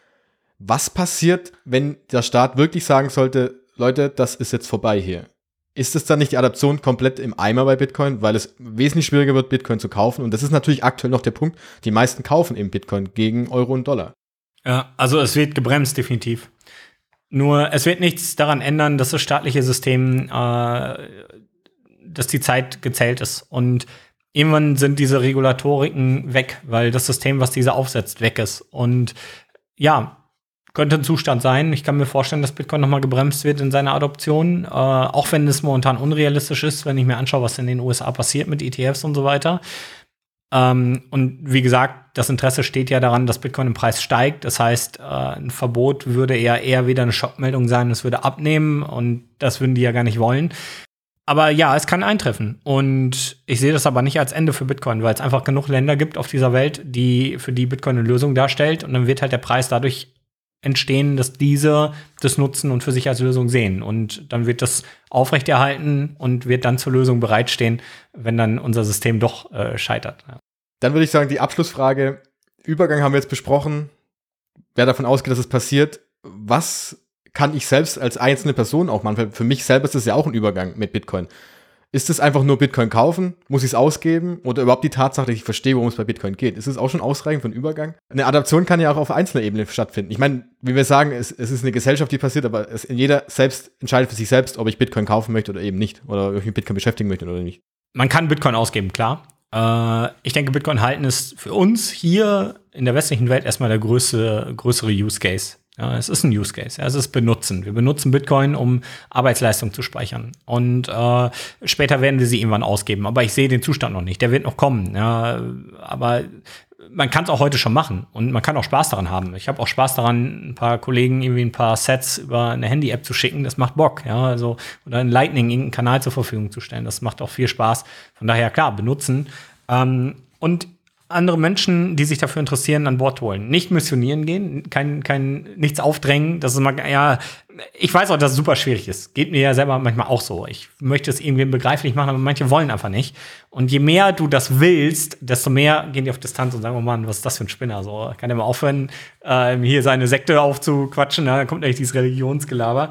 Was passiert, wenn der Staat wirklich sagen sollte, Leute, das ist jetzt vorbei hier? Ist es dann nicht die Adaption komplett im Eimer bei Bitcoin, weil es wesentlich schwieriger wird, Bitcoin zu kaufen? Und das ist natürlich aktuell noch der Punkt, die meisten kaufen eben Bitcoin gegen Euro und Dollar. Ja, also es wird gebremst, definitiv. Nur, es wird nichts daran ändern, dass das staatliche System, dass die Zeit gezählt ist. Und irgendwann sind diese Regulatoriken weg, weil das System, was diese aufsetzt, weg ist. Und ja, könnte ein Zustand sein. Ich kann mir vorstellen, dass Bitcoin noch mal gebremst wird in seiner Adoption, auch wenn es momentan unrealistisch ist, wenn ich mir anschaue, was in den USA passiert mit ETFs und so weiter. Und wie gesagt, das Interesse steht ja daran, dass Bitcoin im Preis steigt. Das heißt, ein Verbot würde eher wieder eine Schockmeldung sein, es würde abnehmen und das würden die ja gar nicht wollen. Aber ja, es kann eintreffen. Und ich sehe das aber nicht als Ende für Bitcoin, weil es einfach genug Länder gibt auf dieser Welt, für die Bitcoin eine Lösung darstellt. Und dann wird halt der Preis dadurch entstehen, dass diese das nutzen und für sich als Lösung sehen. Und dann wird das aufrechterhalten und wird dann zur Lösung bereitstehen, wenn dann unser System doch scheitert. Ja. Dann würde ich sagen, die Abschlussfrage, Übergang haben wir jetzt besprochen. Wer davon ausgeht, dass es passiert, was kann ich selbst als einzelne Person auch machen? Für mich selber ist das ja auch ein Übergang mit Bitcoin. Ist es einfach nur Bitcoin kaufen? Muss ich es ausgeben? Oder überhaupt die Tatsache, dass ich verstehe, worum es bei Bitcoin geht? Ist es auch schon ausreichend für einen Übergang? Eine Adaption kann ja auch auf einzelner Ebene stattfinden. Ich meine, wie wir sagen, es ist eine Gesellschaft, die passiert, aber jeder selbst entscheidet für sich selbst, ob ich Bitcoin kaufen möchte oder eben nicht. Oder ob ich mich mit Bitcoin beschäftigen möchte oder nicht. Man kann Bitcoin ausgeben, klar. Ich denke, Bitcoin halten ist für uns hier in der westlichen Welt erstmal der größere Use Case. Ja, es ist ein Use Case. Ja, es ist Benutzen. Wir benutzen Bitcoin, um Arbeitsleistung zu speichern. Und später werden wir sie irgendwann ausgeben. Aber ich sehe den Zustand noch nicht. Der wird noch kommen. Ja, aber man kann es auch heute schon machen. Und man kann auch Spaß daran haben. Ich habe auch Spaß daran, ein paar Kollegen irgendwie ein paar Sets über eine Handy-App zu schicken. Das macht Bock. Ja, also, oder in Lightning irgendeinen Kanal zur Verfügung zu stellen. Das macht auch viel Spaß. Von daher, klar, benutzen. Und andere Menschen, die sich dafür interessieren, an Bord holen. Nicht missionieren gehen, nichts aufdrängen. Das ist immer, ja, ich weiß auch, dass es super schwierig ist. Geht mir ja selber manchmal auch so. Ich möchte es irgendwie begreiflich machen, aber manche wollen einfach nicht. Und je mehr du das willst, desto mehr gehen die auf Distanz und sagen, oh Mann, was ist das für ein Spinner? So, kann der mal aufhören, hier seine Sekte aufzuquatschen. Ja, dann kommt eigentlich dieses Religionsgelaber.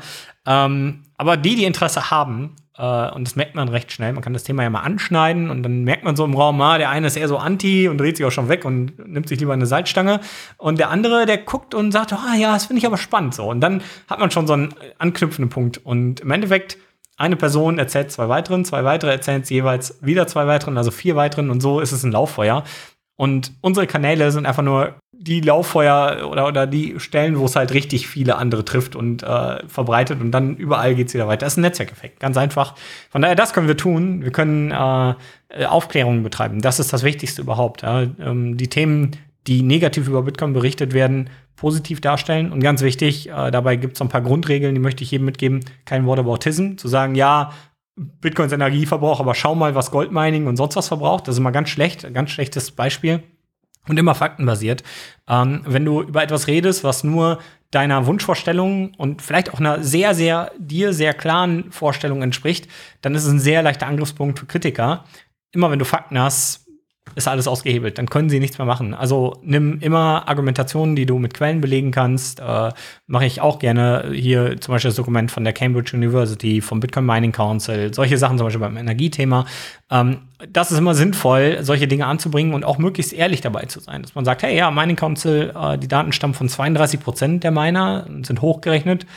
Aber die Interesse haben, und das merkt man recht schnell. Man kann das Thema ja mal anschneiden und dann merkt man so im Raum, der eine ist eher so anti und dreht sich auch schon weg und nimmt sich lieber eine Salzstange. Und der andere, der guckt und sagt, ja, das finde ich aber spannend. So. Und dann hat man schon so einen anknüpfenden Punkt. Und im Endeffekt, eine Person erzählt zwei weitere erzählen es jeweils wieder zwei weiteren, also 4 weiteren. Und so ist es ein Lauffeuer. Und unsere Kanäle sind einfach nur die Lauffeuer oder die Stellen, wo es halt richtig viele andere trifft und verbreitet und dann überall geht's wieder weiter. Das ist ein Netzwerkeffekt, ganz einfach. Von daher, das können wir tun. Wir können Aufklärungen betreiben. Das ist das Wichtigste überhaupt. Ja. Die Themen, die negativ über Bitcoin berichtet werden, positiv darstellen. Und ganz wichtig, dabei gibt's so ein paar Grundregeln, die möchte ich jedem mitgeben. Kein Whataboutism. Zu sagen, ja, Bitcoins Energieverbrauch, aber schau mal, was Goldmining und sonst was verbraucht. Das ist immer ganz schlecht, ganz schlechtes Beispiel. Und immer faktenbasiert. Wenn du über etwas redest, was nur deiner Wunschvorstellung und vielleicht auch einer sehr, sehr klaren Vorstellung entspricht, dann ist es ein sehr leichter Angriffspunkt für Kritiker. Immer wenn du Fakten hast, ist alles ausgehebelt. Dann können sie nichts mehr machen. Also nimm immer Argumentationen, die du mit Quellen belegen kannst. Mache ich auch gerne hier zum Beispiel das Dokument von der Cambridge University, vom Bitcoin Mining Council, solche Sachen zum Beispiel beim Energiethema. Das ist immer sinnvoll, solche Dinge anzubringen und auch möglichst ehrlich dabei zu sein. Dass man sagt, hey, ja, Mining Council, die Daten stammen von 32% der Miner und sind hochgerechnet.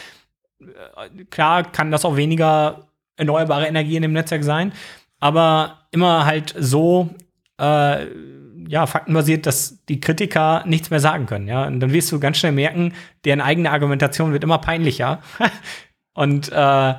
Klar kann das auch weniger erneuerbare Energie in dem Netzwerk sein, aber immer halt so faktenbasiert, dass die Kritiker nichts mehr sagen können. Ja? Und dann wirst du ganz schnell merken, deren eigene Argumentation wird immer peinlicher. Und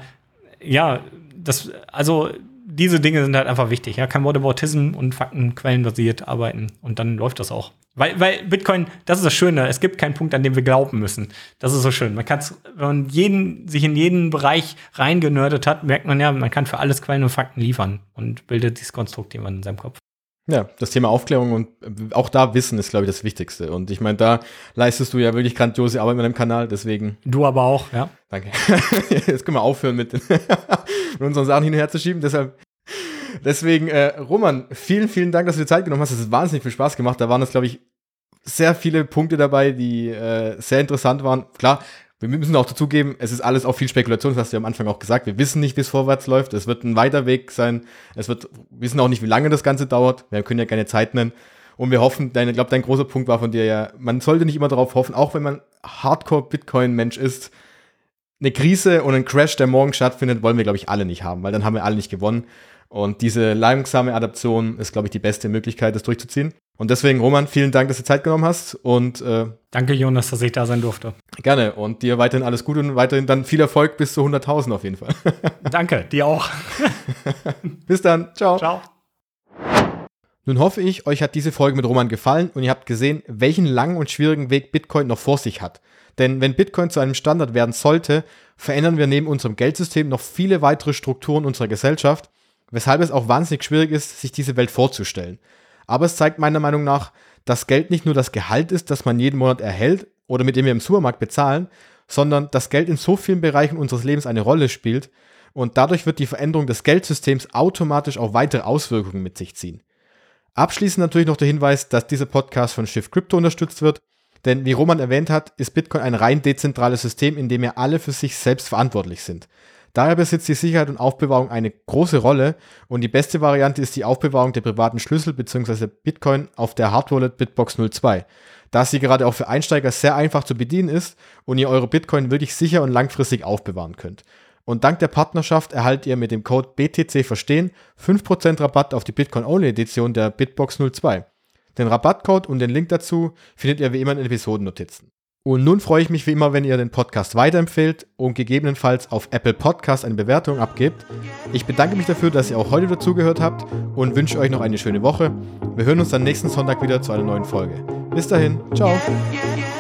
diese Dinge sind halt einfach wichtig. Ja? Kein Whataboutism und faktenquellenbasiert arbeiten. Und dann läuft das auch. Weil Bitcoin, das ist das Schöne, es gibt keinen Punkt, an dem wir glauben müssen. Das ist so schön. Man kann, wenn man sich in jeden Bereich reingenördet hat, merkt man ja, man kann für alles Quellen und Fakten liefern und bildet dieses Konstrukt jemand in seinem Kopf. Ja, das Thema Aufklärung und auch da Wissen ist, glaube ich, das Wichtigste. Und ich meine, da leistest du ja wirklich grandiose Arbeit mit deinem Kanal, deswegen. Du aber auch, ja. Danke. Jetzt können wir aufhören mit unseren Sachen hin und her zu schieben. Deswegen, Roman, vielen Dank, dass du dir Zeit genommen hast. Es hat wahnsinnig viel Spaß gemacht. Da waren jetzt, glaube ich, sehr viele Punkte dabei, die sehr interessant waren. Klar, wir müssen auch dazugeben, es ist alles auch viel Spekulation, das hast du ja am Anfang auch gesagt. Wir wissen nicht, wie es vorwärts läuft. Es wird ein weiter Weg sein. Wir wissen auch nicht, wie lange das Ganze dauert. Wir können ja keine Zeit nennen. Und wir hoffen, ich glaube, dein großer Punkt war von dir ja, man sollte nicht immer darauf hoffen, auch wenn man Hardcore-Bitcoin-Mensch ist, eine Krise und ein Crash, der morgen stattfindet, wollen wir, glaube ich, alle nicht haben, weil dann haben wir alle nicht gewonnen. Und diese langsame Adaption ist, glaube ich, die beste Möglichkeit, das durchzuziehen. Und deswegen, Roman, vielen Dank, dass du Zeit genommen hast. Und danke, Jonas, dass ich da sein durfte. Gerne. Und dir weiterhin alles Gute und weiterhin dann viel Erfolg bis zu 100.000 auf jeden Fall. Danke, dir auch. Bis dann. Ciao. Ciao. Nun hoffe ich, euch hat diese Folge mit Roman gefallen und ihr habt gesehen, welchen langen und schwierigen Weg Bitcoin noch vor sich hat. Denn wenn Bitcoin zu einem Standard werden sollte, verändern wir neben unserem Geldsystem noch viele weitere Strukturen unserer Gesellschaft, weshalb es auch wahnsinnig schwierig ist, sich diese Welt vorzustellen. Aber es zeigt meiner Meinung nach, dass Geld nicht nur das Gehalt ist, das man jeden Monat erhält oder mit dem wir im Supermarkt bezahlen, sondern dass Geld in so vielen Bereichen unseres Lebens eine Rolle spielt und dadurch wird die Veränderung des Geldsystems automatisch auch weitere Auswirkungen mit sich ziehen. Abschließend natürlich noch der Hinweis, dass dieser Podcast von Shift Crypto unterstützt wird, denn wie Roman erwähnt hat, ist Bitcoin ein rein dezentrales System, in dem ja alle für sich selbst verantwortlich sind. Daher besitzt die Sicherheit und Aufbewahrung eine große Rolle und die beste Variante ist die Aufbewahrung der privaten Schlüssel bzw. Bitcoin auf der Hardwallet Bitbox 02, da sie gerade auch für Einsteiger sehr einfach zu bedienen ist und ihr eure Bitcoin wirklich sicher und langfristig aufbewahren könnt. Und dank der Partnerschaft erhaltet ihr mit dem Code BTC Verstehen 5% Rabatt auf die Bitcoin-Only-Edition der Bitbox 02. Den Rabattcode und den Link dazu findet ihr wie immer in den Episodennotizen. Und nun freue ich mich wie immer, wenn ihr den Podcast weiterempfehlt und gegebenenfalls auf Apple Podcast eine Bewertung abgebt. Ich bedanke mich dafür, dass ihr auch heute dazugehört habt und wünsche euch noch eine schöne Woche. Wir hören uns dann nächsten Sonntag wieder zu einer neuen Folge. Bis dahin, ciao!